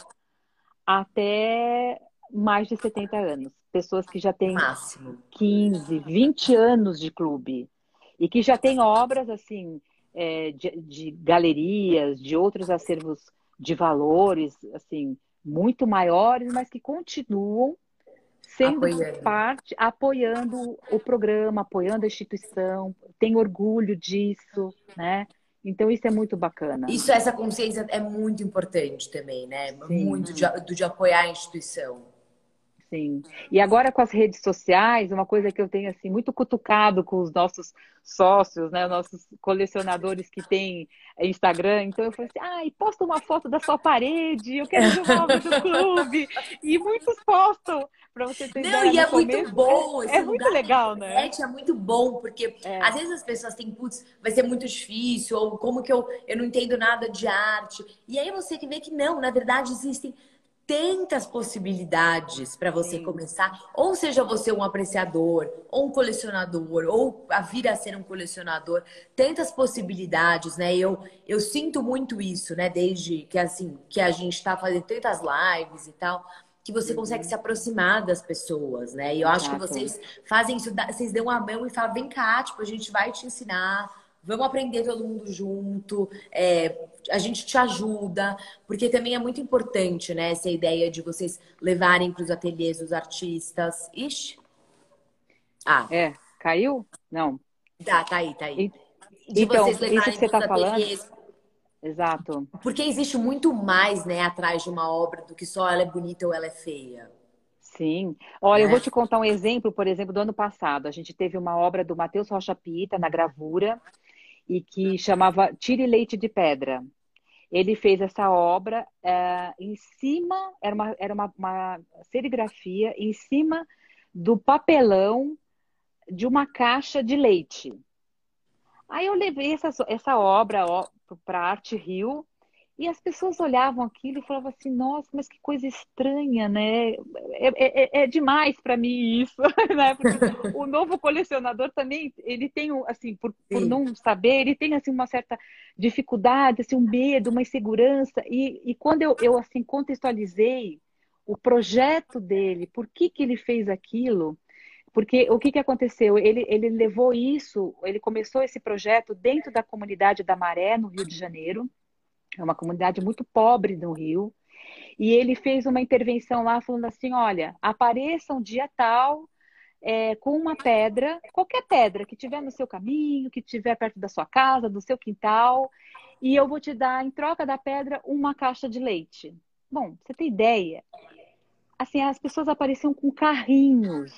até mais de setenta anos. Pessoas que já O têm máximo. quinze, vinte anos de clube e que já têm obras assim é, de, de galerias, de outros acervos de valores assim muito maiores, mas que continuam sendo Apoiando. parte, apoiando o programa, apoiando a instituição, tem orgulho disso, né? Então isso é muito bacana. Isso, essa consciência é muito importante também, né? Muito Sim, de, do de apoiar a instituição. Sim. E agora com as redes sociais, uma coisa que eu tenho assim muito cutucado com os nossos sócios, né, os nossos colecionadores que têm Instagram, então eu falei assim, ai, posta uma foto da sua parede, eu quero ver uma obra do clube. E muitos postam, para você ter Não, ideia, e no é muito começo é, bom, esse é muito lugar da legal, né? internet é muito bom, porque É, às vezes as pessoas têm, putz, vai ser muito difícil, ou como que eu, eu não entendo nada de arte. E aí você que vê que não, na verdade existem tantas possibilidades para você sim, começar, ou seja você um apreciador, ou um colecionador, ou a vir a ser um colecionador, tantas possibilidades, né? Eu, eu sinto muito isso, né? Desde que assim, que a gente está fazendo tantas lives e tal, que você consegue se uhum, aproximar das pessoas, né? E eu acho que exato. vocês fazem isso, dá- vocês dão a mão e falam, vem cá, tipo, a gente vai te ensinar, vamos aprender todo mundo junto, é, a gente te ajuda, porque também é muito importante, né? Essa ideia de vocês levarem para os ateliês os artistas. Ixi, ah, É, caiu? Não. tá, tá aí, tá aí. E- De Então, vocês isso que levarem você para os está falando, ateliês, exato. porque existe muito mais, né, atrás de uma obra do que só ela é bonita ou ela é feia, Sim. Olha, eu vou né? te contar um exemplo, por exemplo, do ano passado. A gente teve uma obra do Matheus Rocha Pita na gravura e que chamava Tire Leite de Pedra. Ele fez essa obra eh, em cima, era uma, era uma, uma serigrafia em cima do papelão de uma caixa de leite. Aí eu levei essa, essa obra para a Arte Rio e as pessoas olhavam aquilo e falavam assim, nossa, mas que coisa estranha, né? É, é, é demais para mim isso, né? Porque o novo colecionador também, ele tem, um, assim, por, por Sim. não saber, ele tem, assim, uma certa dificuldade, assim, um medo, uma insegurança. E, e quando eu, eu, assim, contextualizei o projeto dele, por que que ele fez aquilo, porque o que que aconteceu? Ele, ele levou isso, ele começou esse projeto dentro da comunidade da Maré, no Rio de Janeiro, é uma comunidade muito pobre no Rio, e ele fez uma intervenção lá falando assim, olha, apareça um dia tal é, com uma pedra, qualquer pedra que tiver no seu caminho, que tiver perto da sua casa, do seu quintal, e eu vou te dar, em troca da pedra, uma caixa de leite. Bom, você tem ideia? Assim, as pessoas apareciam com carrinhos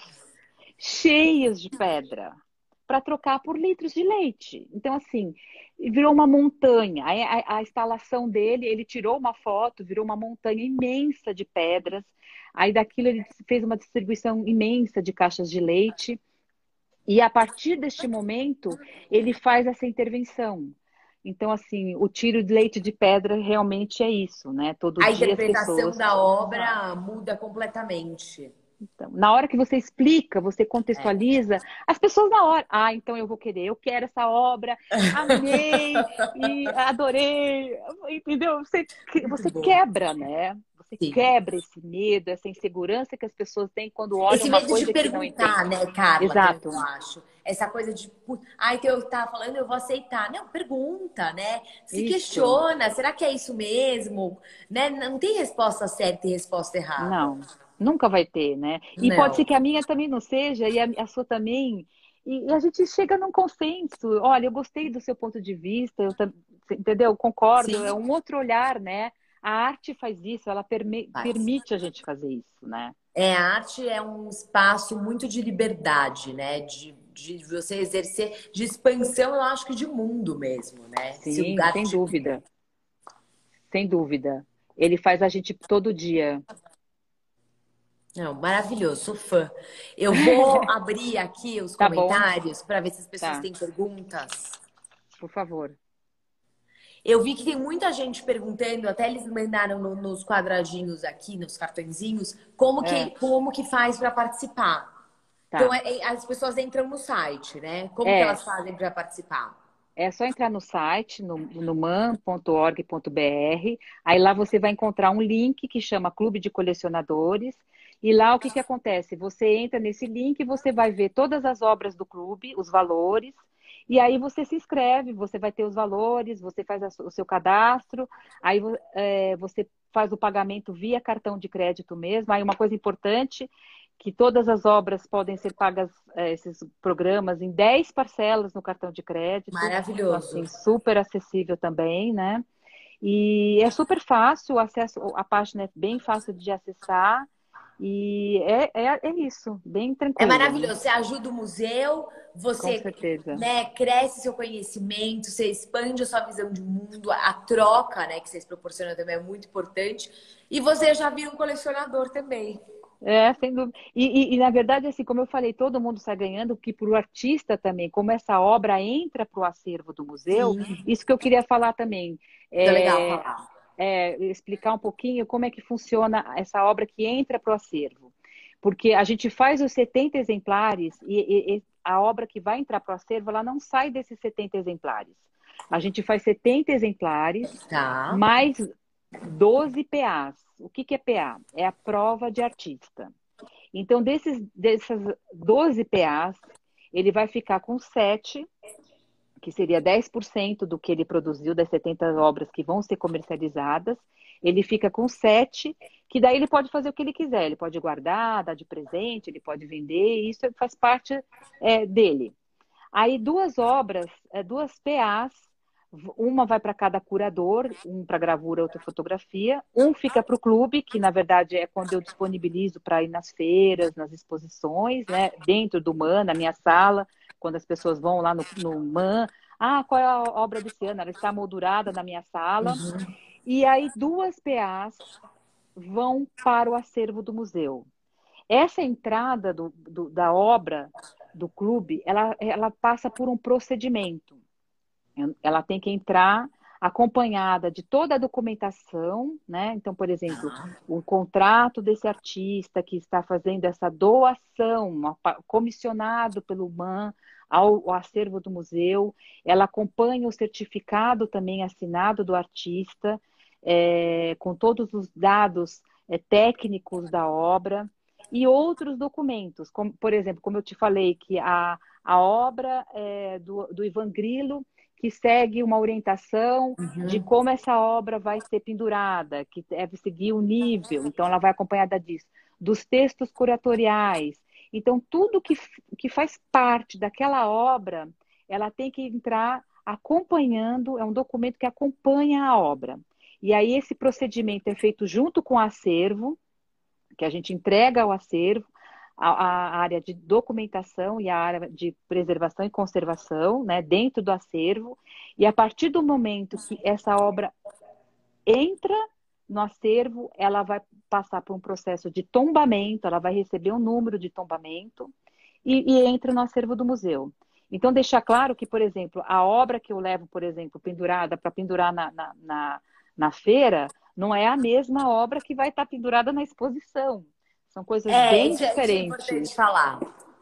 cheios de pedra para trocar por litros de leite. Então, assim, virou uma montanha. A, a, a instalação dele, ele tirou uma foto, virou uma montanha imensa de pedras. Aí daquilo ele fez uma distribuição imensa de caixas de leite. E a partir deste momento, ele faz essa intervenção. Então, assim, o tiro de leite de pedra realmente é isso, né? Todo A dia as interpretação pessoas. da obra muda completamente. Então, na hora que você explica, você É. contextualiza, as pessoas na hora, ah, então eu vou querer, eu quero essa obra, amei e adorei, entendeu? Você, Muito você bom. quebra, né? Você Sim. quebra esse medo, essa insegurança que as pessoas têm quando olham Esse uma medo de coisa que não perguntar, entendem. né, Carla, também eu Exato, acho. Essa coisa de, pu- ah, então eu tava falando, eu vou aceitar. Não, pergunta, né? Se isso. questiona, será que é isso mesmo? Né? Não tem resposta certa e resposta errada. Não, nunca vai ter, né? E pode ser Não. que a minha também não seja, e a, a sua também. E, e a gente chega num consenso. Olha, eu gostei do seu ponto de vista, eu, tam- entendeu? Concordo, é Sim, um outro olhar, né? A arte faz isso, ela permi- faz. permite a gente fazer isso, né? É, a arte é um espaço muito de liberdade, né? De, de você exercer, de expansão, eu acho que de mundo mesmo, né? Esse Sim, lugar sem de. dúvida, sem dúvida. Ele faz a gente todo dia. Não, maravilhoso, sou fã. Eu vou abrir aqui os Tá bom? comentários para ver se as pessoas Tá, têm perguntas. por favor. Eu vi que tem muita gente perguntando, até eles mandaram no- nos quadradinhos aqui, nos cartõezinhos, como que, É, como que faz para participar. Então, tá. é- é- as pessoas entram no site, né? Como que É, elas fazem para participar? É só entrar no site, no, no man ponto org ponto br, aí lá você vai encontrar um link que chama Clube de Colecionadores, e lá o que que acontece? Você entra nesse link e você vai ver todas as obras do clube, os valores, e aí você se inscreve, você vai ter os valores, você faz a su- o seu cadastro, aí vo- é, você faz o pagamento via cartão de crédito mesmo. Aí uma coisa importante, que todas as obras podem ser pagas, eh, esses programas, em dez parcelas no cartão de crédito. Então, Maravilhoso. assim, super acessível também, né? E é super fácil, o acesso, a página é bem fácil de acessar. E é, é, é isso, bem É tranquilo, maravilhoso. Você ajuda o museu, com você, certeza. né, cresce seu conhecimento, você expande a sua visão de mundo, a troca, né, que vocês proporcionam também é muito importante. E você já vira um colecionador também. É, sem dúvida. E, e, e, na verdade, assim, como eu falei, todo mundo sai ganhando, que para o artista também, como essa obra entra para o acervo do museu, Sim, isso que eu queria falar também. isso é legal É, falar. é, explicar um pouquinho como é que funciona essa obra que entra para o acervo. Porque a gente faz os setenta exemplares e, e- e a obra que vai entrar para o acervo, ela não sai desses setenta exemplares. A gente faz setenta exemplares, Tá. mais doze P As. O que que é P A? É a prova de artista. Então, desses, dessas doze P As, ele vai ficar com sete, que seria dez por cento do que ele produziu, das setenta obras que vão ser comercializadas. Ele fica com sete, que daí ele pode fazer o que ele quiser. Ele pode guardar, dar de presente, ele pode vender, isso faz parte é, dele. Aí duas obras, é, duas P As, uma vai para cada curador, um para gravura, outra fotografia, um fica para o clube, que na verdade é quando eu disponibilizo para ir nas feiras, nas exposições, né, dentro do MAN, na minha sala, quando as pessoas vão lá no, no MAN, ah, qual é a obra desse ano? Ela está moldurada na minha sala. E aí duas P As vão para o acervo do museu. Essa entrada do, do, da obra do clube, ela, ela passa por um procedimento. Ela tem que entrar acompanhada de toda a documentação, né? Então, por exemplo, o contrato desse artista que está fazendo essa doação, comissionado pelo MAN ao, ao acervo do museu, ela acompanha o certificado também assinado do artista, é, com todos os dados é, técnicos da obra e outros documentos, como, por exemplo, como eu te falei, que a, a obra é, do, do Ivan Grillo que segue uma orientação de Uhum. como essa obra vai ser pendurada, que deve seguir o nível, então ela vai acompanhada disso, dos textos curatoriais. Então, tudo que, que faz parte daquela obra, ela tem que entrar acompanhando, é um documento que acompanha a obra. E aí esse procedimento é feito junto com o acervo, que a gente entrega ao acervo, a, a área de documentação e a área de preservação e conservação, né, dentro do acervo, e a partir do momento que essa obra entra no acervo, ela vai passar por um processo de tombamento, ela vai receber um número de tombamento e, e entra no acervo do museu. Então, deixar claro que, por exemplo, a obra que eu levo, por exemplo, pendurada para pendurar na, na, na, na feira, não é a mesma obra que vai estar pendurada na exposição. São coisas É, bem isso é, isso é diferentes. importante falar.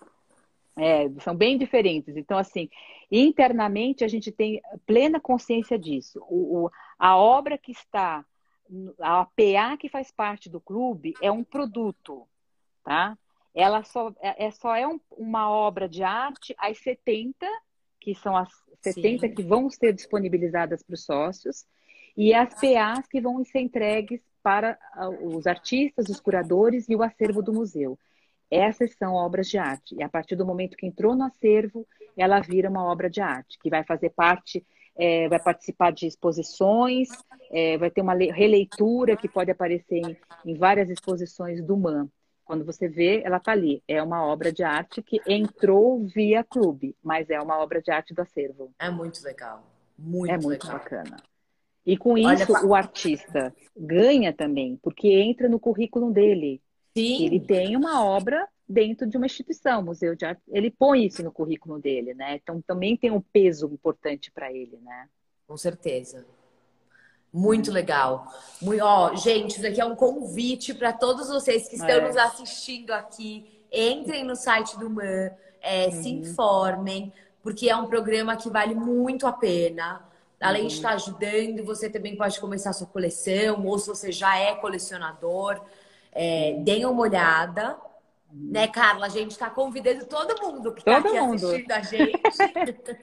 É, são bem diferentes. Então, assim, internamente a gente tem plena consciência disso. O, o- a obra que está, a P A que faz parte do clube é um produto, tá? Ela só é, é só é um- uma obra de arte, as setenta, que são as setenta Sim. que vão ser disponibilizadas para os sócios, e as P As que vão ser entregues para ah, os artistas, os curadores e o acervo do museu. Essas são obras de arte. E a partir do momento que entrou no acervo, ela vira uma obra de arte, que vai fazer parte, é, vai participar de exposições, é, vai ter uma releitura que pode aparecer em, em várias exposições do MAN. Quando você vê, ela está ali. É uma obra de arte que entrou via clube, mas é uma obra de arte do acervo. É muito legal. É Muito muito legal. bacana. E com Olha, isso, o fa- artista ganha também, porque entra no currículo dele que ele sim, tem uma obra dentro de uma instituição, museu de arte, ele põe isso no currículo dele, né? Então também tem um peso importante para ele, né? com certeza. Muito Hum, legal. Muito, ó, gente, isso aqui é um convite para todos vocês que estão nos É. assistindo aqui. Entrem no site do MAN, é, se Uhum, informem, porque é um programa que vale muito a pena. Além de uhum, estar ajudando, você também pode começar a sua coleção, ou se você já é colecionador, é, sim, deem uma olhada. Né, uhum. Carla? A gente está convidando todo mundo que está Todo aqui mundo, assistindo a gente.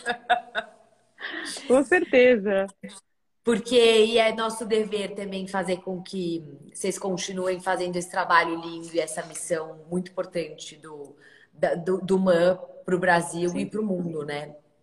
com certeza. Porque e é nosso dever também fazer com que vocês continuem fazendo esse trabalho lindo e essa missão muito importante do, da- do, do MAN para o Brasil e Sim, para o mundo, né?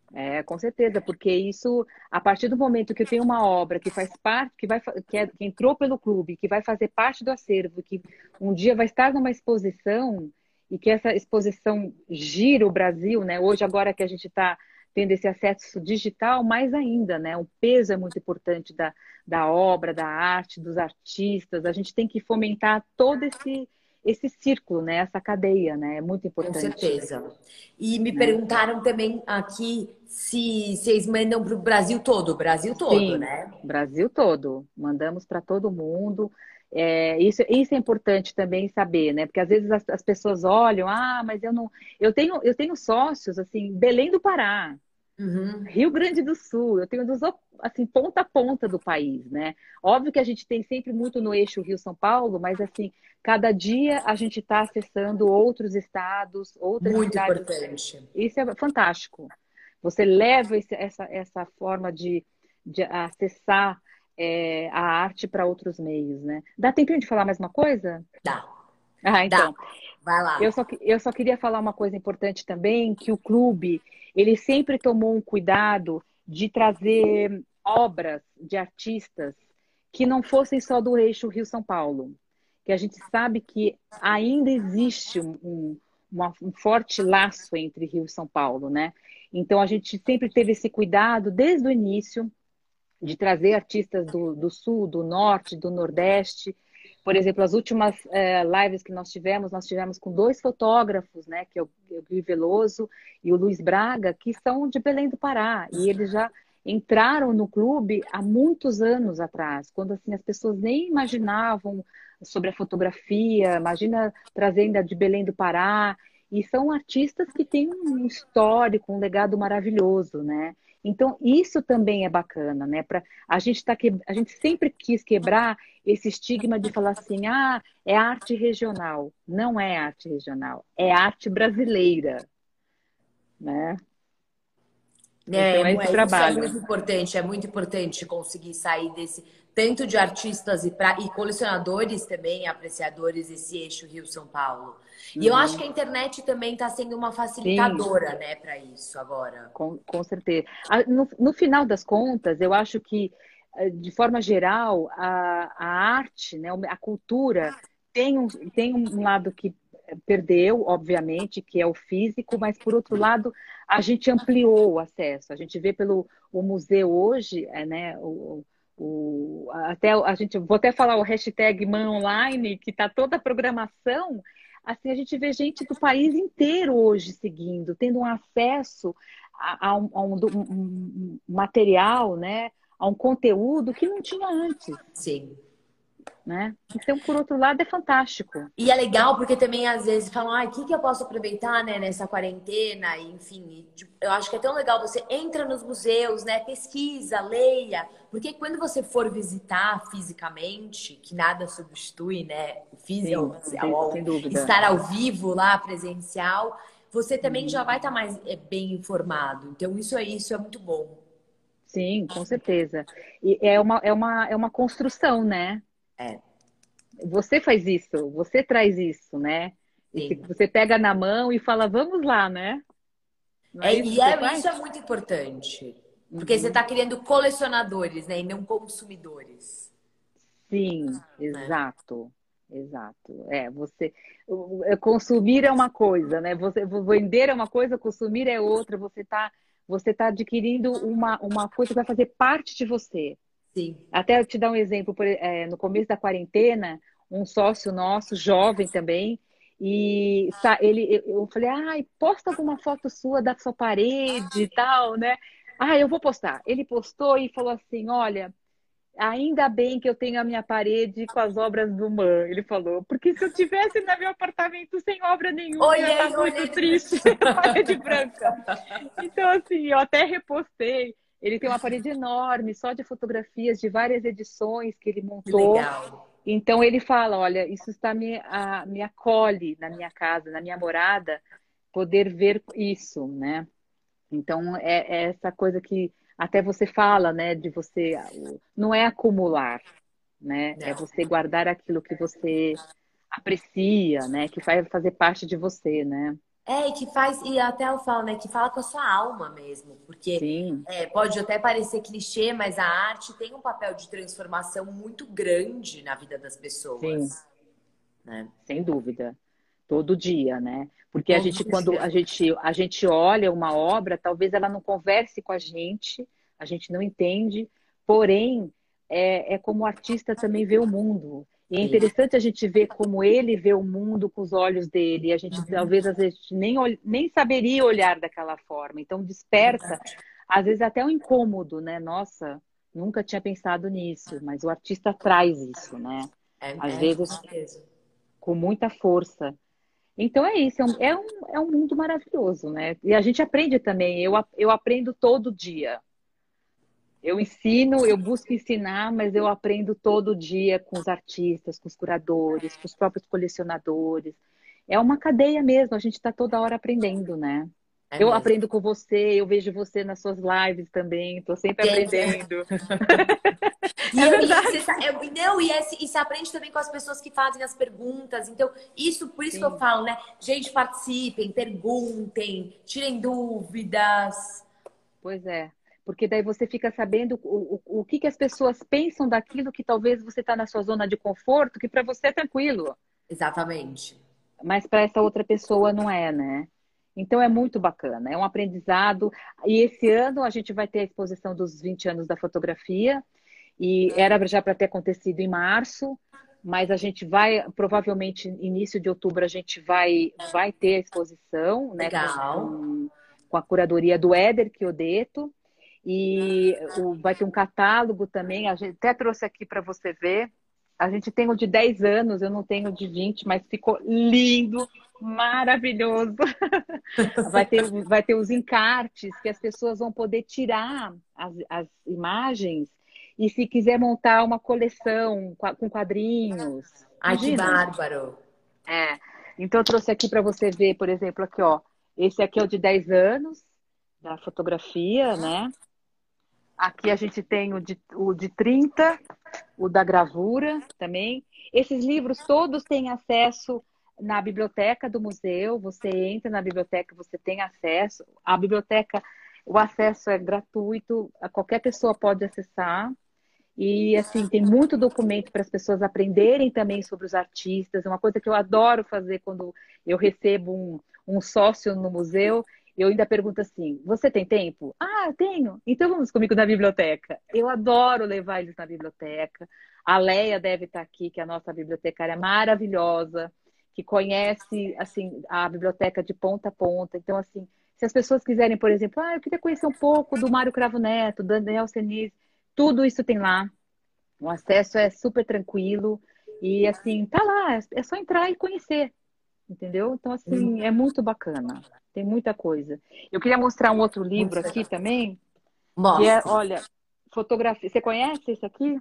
É, com certeza, porque isso, a partir do momento que eu tenho uma obra que faz parte, que vai, fa- que, é- que entrou pelo clube, que vai fazer parte do acervo, que um dia vai estar numa exposição e que essa exposição gira o Brasil, né? Hoje, agora que a gente está tendo esse acesso digital, mais ainda, né? O peso é muito importante da, da obra, da arte, dos artistas. A gente tem que fomentar todo esse, esse círculo, né? Essa cadeia, né? É muito Com importante, certeza. E me né? perguntaram também aqui se vocês mandam para o Brasil todo, o Brasil todo, Sim, né? Brasil todo. Mandamos para todo mundo. É, isso, isso é importante também saber, né? Porque às vezes as, as pessoas olham, ah, mas eu não. Eu tenho, eu tenho sócios, assim, Belém do Pará, Uhum. Rio Grande do Sul, eu tenho dos, op- assim, ponta a ponta do país, né? Óbvio que a gente tem sempre muito no eixo Rio-São Paulo, mas assim, cada dia a gente está acessando outros estados, outras Muito cidades. importante. Isso é fantástico. Você leva esse- essa, essa forma de, de acessar é, a arte para outros meios, né? Dá tempinho de falar mais uma coisa? Dá, Ah, dá. então. Vai Eu lá. só, que- eu só queria falar uma coisa importante também, que o clube, ele sempre tomou um cuidado de trazer obras de artistas que não fossem só do eixo Rio-São Paulo. Que a gente sabe que ainda existe um, um, uma- um forte laço entre Rio e São Paulo, né? Então a gente sempre teve esse cuidado desde o início de trazer artistas do, do sul, do norte, do nordeste. Por exemplo, as últimas eh, lives que nós tivemos, nós tivemos com dois fotógrafos, né, que é o, o Gui Veloso e o Luiz Braga, que são de Belém do Pará, e eles já entraram no clube há muitos anos atrás, quando assim as pessoas nem imaginavam sobre a fotografia, imagina trazendo a de Belém do Pará, e são artistas que têm um histórico, um legado maravilhoso, né? Então, isso também é bacana, né? Pra, a gente tá que, a gente sempre quis quebrar esse estigma de falar assim, ah, é arte regional. Não é arte regional, é arte brasileira, né? É, Então, é mu- esse é, isso é trabalho. muito importante, é muito importante conseguir sair desse, tanto de artistas e, pra, e colecionadores também, apreciadores, esse eixo Rio-São Paulo. E eu acho Uhum. que a internet também está sendo uma Sim, facilitadora, né, para isso agora. com, com certeza. Ah, No, no final das contas, eu acho que, eh, de forma geral, a, a arte, né, a cultura tem um, tem um lado que perdeu, obviamente, que é o físico, mas, por outro lado, a gente ampliou o acesso. A gente vê pelo o museu hoje, é, né, o, o, até a gente, vou até falar o hashtag Man Online, que está toda a programação. Assim, a gente vê gente do país inteiro hoje seguindo, tendo um acesso a, a um, a um- um- um material, né? A um conteúdo que não tinha antes, Sim. né? Então, por outro lado, é fantástico. E é legal porque também às vezes falam, ah, o que que eu posso aproveitar, né, nessa quarentena, e, enfim, e, tipo, eu acho que é tão legal você entra nos museus, né, pesquisa, leia, porque quando você for visitar fisicamente, que nada substitui, né, o Sim, físico, sem, sem dúvida. estar ao vivo lá, presencial, você também já Uhum. vai estar mais é, bem informado. Então isso é isso é muito bom. Sim, com certeza. E é uma, é uma, é uma construção, né? É, Você faz isso, você traz isso, né? Esse, sim. você pega na mão e fala, vamos lá, né? Não é É, isso e que você é, faz? isso é muito importante, porque você Uhum. está criando colecionadores, né, e não consumidores. Sim, Né? exato, exato. É, você o- é, consumir é uma coisa, né? Você vender é uma coisa, consumir é outra. Você está você tá adquirindo uma, uma coisa que vai fazer parte de você. Sim. Até eu te dar um exemplo, por- é, no começo da quarentena, um sócio nosso, jovem também, e sa- ele, eu eu falei, ai, posta alguma foto sua da sua parede e tal, né? Ah, eu vou postar. Ele postou e falou assim, olha. Ainda bem que eu tenho a minha parede com as obras do Man, ele falou. Porque se eu tivesse no meu apartamento sem obra nenhuma, eu ia estar Olhei, muito olhei. triste, parede branca. Então, assim, eu até repostei. Ele tem uma parede enorme, só de fotografias de várias edições que ele Que montou. legal. Então, ele fala: olha, isso está me, a, me acolhe na minha casa, na minha morada, poder ver isso, né? Então, é, é essa coisa que até você fala, né, de você, não é acumular, né, é Não. você guardar aquilo que você aprecia, né, que vai fazer parte de você, né? É, e que faz, e até eu falo, né, que fala com a sua alma mesmo, porque Sim, é, pode até parecer clichê, mas a arte tem um papel de transformação muito grande na vida das sim, pessoas, né? sem dúvida. Todo dia, né? Porque a Todos gente, os quando dias. a gente, a gente olha uma obra, talvez ela não converse com a gente, a gente não entende, porém, é, é como o artista também vê o mundo. E é Sim. interessante a gente ver como ele vê o mundo com os olhos dele. E a gente, talvez, às vezes, nem, ol- nem saberia olhar daquela forma. Então, É desperta, verdade. às vezes, até um incômodo, né? Nossa, nunca tinha pensado nisso, mas o artista traz isso, né? É, Às é, com vezes, certeza. com muita força. Então é isso, é um, é um, é um mundo maravilhoso, né? E a gente aprende também, eu, a- eu aprendo todo dia. Eu ensino, eu busco ensinar, mas eu aprendo todo dia com os artistas, com os curadores, com os próprios colecionadores. É uma cadeia mesmo, a gente está toda hora aprendendo, né? É Eu mesmo. aprendo com você, eu vejo você nas suas lives também, estou sempre Gente, aprendendo. E, É eu, e, você, verdade. sa- eu, não, e, esse, e se aprende também com as pessoas que fazem as perguntas. Então, isso, por isso que eu Sim. falo, né? Gente, participem, perguntem, tirem dúvidas. Pois é, porque daí você fica sabendo o, o, o que, que as pessoas pensam daquilo que talvez você está na sua zona de conforto, que para você é tranquilo, Exatamente. mas para essa outra pessoa não é, né? Então é muito bacana, é um aprendizado. E esse ano a gente vai ter a exposição dos vinte anos da fotografia, e era já para ter acontecido em março, mas a gente vai, provavelmente, início de outubro, a gente vai, vai ter a exposição, né, com, Legal. com, com a curadoria do Éder Chiodeto, e o, vai ter um catálogo também, a gente até trouxe aqui para você ver. A gente tem o de dez anos, eu não tenho o de vinte, mas ficou lindo, maravilhoso. Vai ter, vai ter os encartes que as pessoas vão poder tirar as, as imagens e se quiser montar uma coleção com quadrinhos. Ai, que Imagina. bárbaro. É. Então eu trouxe aqui para você ver, por exemplo, aqui, ó. Esse aqui é o de dez anos da fotografia, né? Aqui a gente tem o de, o de trinta, o da gravura também. Esses livros todos têm acesso na biblioteca do museu. Você entra na biblioteca, você tem acesso. A biblioteca, o acesso é gratuito, a qualquer pessoa pode acessar. E assim, tem muito documento para as pessoas aprenderem também sobre os artistas. Uma coisa que eu adoro fazer quando eu recebo um, um sócio no museu, eu ainda pergunto assim: você tem tempo? Ah, eu tenho. Então vamos comigo na biblioteca. Eu adoro levar eles na biblioteca. A Leia deve estar aqui, que é a nossa bibliotecária maravilhosa, que conhece assim a biblioteca de ponta a ponta. Então, assim, se as pessoas quiserem, por exemplo, ah, eu queria conhecer um pouco do Mário Cravo Neto, do Daniel Senise, tudo isso tem lá. O acesso é super tranquilo e assim, tá lá, é só entrar e conhecer, entendeu? Então, assim, é muito bacana. Tem muita coisa. Eu queria mostrar um outro livro Muito aqui legal. também, que é, Mostre. olha, fotografia. Você conhece esse aqui?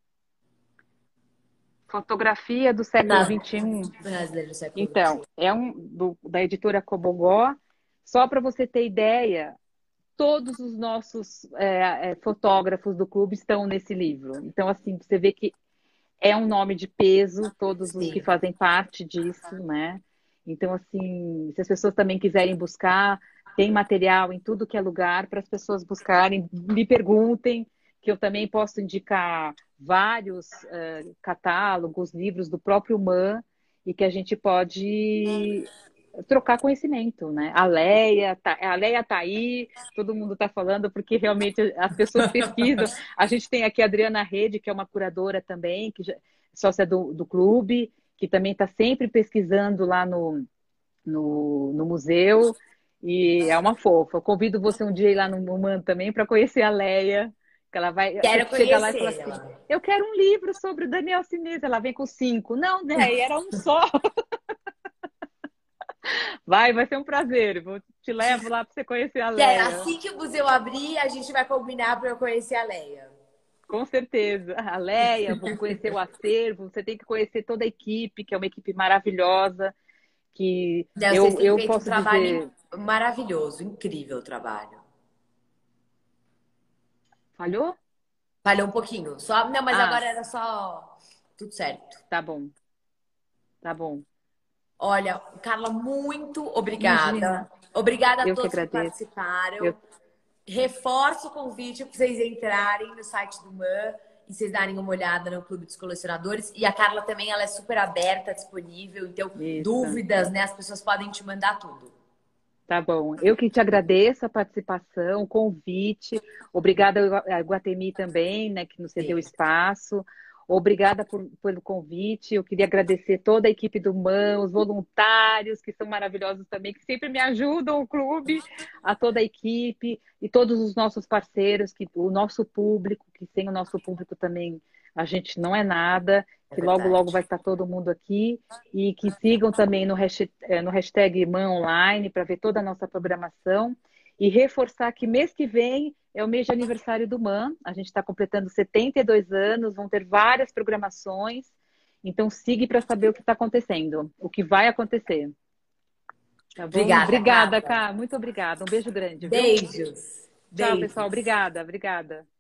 Fotografia do século Não. vinte e um. Brasileiro do século Então, vinte e um. é um do, da editora Cobogó. Só para você ter ideia, todos os nossos é, é, fotógrafos do clube estão nesse livro. Então, assim, você vê que é um nome de peso, todos os que Sim. fazem parte disso, né? Então, assim, se as pessoas também quiserem buscar, tem material em tudo que é lugar para as pessoas buscarem, me perguntem, que eu também posso indicar vários eh, catálogos, livros do próprio Man, e que a gente pode trocar conhecimento, né? A Leia, tá, a Leia tá aí, todo mundo está falando, porque realmente as pessoas pesquisam. A gente tem aqui a Adriana Rede, que é uma curadora também, que já, é sócia do, do clube, que também está sempre pesquisando lá no, no, no museu, e é uma fofa. Eu convido você um dia a ir lá no MUMAN também para conhecer a Leia, que ela vai, você Quero chega lá e fala assim, conhecê-la. eu quero um livro sobre o Daniel Sinise, ela vem com cinco. Não, né? Era um só. Vai, vai ser um prazer. Vou, te levo lá para você conhecer a Quero, Leia. assim que o museu abrir, a gente vai combinar para eu conhecer a Leia. Com certeza. A Leia, vou conhecer o acervo. Você tem que conhecer toda a equipe, que é uma equipe maravilhosa. Que Né, vocês eu, têm eu feito um posso trabalho dizer. maravilhoso, incrível o trabalho. Falhou? Falhou um pouquinho. Só, não, mas Ah, agora era só tudo certo. tá bom, tá bom. Olha, Carla, muito obrigada. Imagina, Obrigada a eu que todos que agradeço. participaram. Eu, Reforço o convite para vocês entrarem no site do M A M e vocês darem uma olhada no Clube dos Colecionadores. E a Carla também, ela é super aberta, disponível. Então, isso. dúvidas, né? As pessoas podem te mandar tudo. Tá bom. Eu que te agradeço a participação, o convite. Obrigada a Iguatemi também, né, que nos cedeu Sim. espaço. Obrigada por, pelo convite. Eu queria agradecer toda a equipe do M A M, os voluntários, que são maravilhosos também, que sempre me ajudam, o clube, a toda a equipe e todos os nossos parceiros, que, o nosso público, que sem o nosso público também a gente não é nada, É que logo, logo verdade. vai estar todo mundo aqui. E que sigam também no hashtag, no hashtag M A M Online para ver toda a nossa programação. E reforçar que mês que vem é o mês de aniversário do M A M. A gente está completando setenta e dois anos, vão ter várias programações. Então, siga para saber o que está acontecendo, o que vai acontecer. Tá bom? Obrigada, Obrigada, Carla. Cá. Muito obrigada. Um beijo grande, viu? Beijos. Tchau, pessoal. Beijos. Obrigada, obrigada.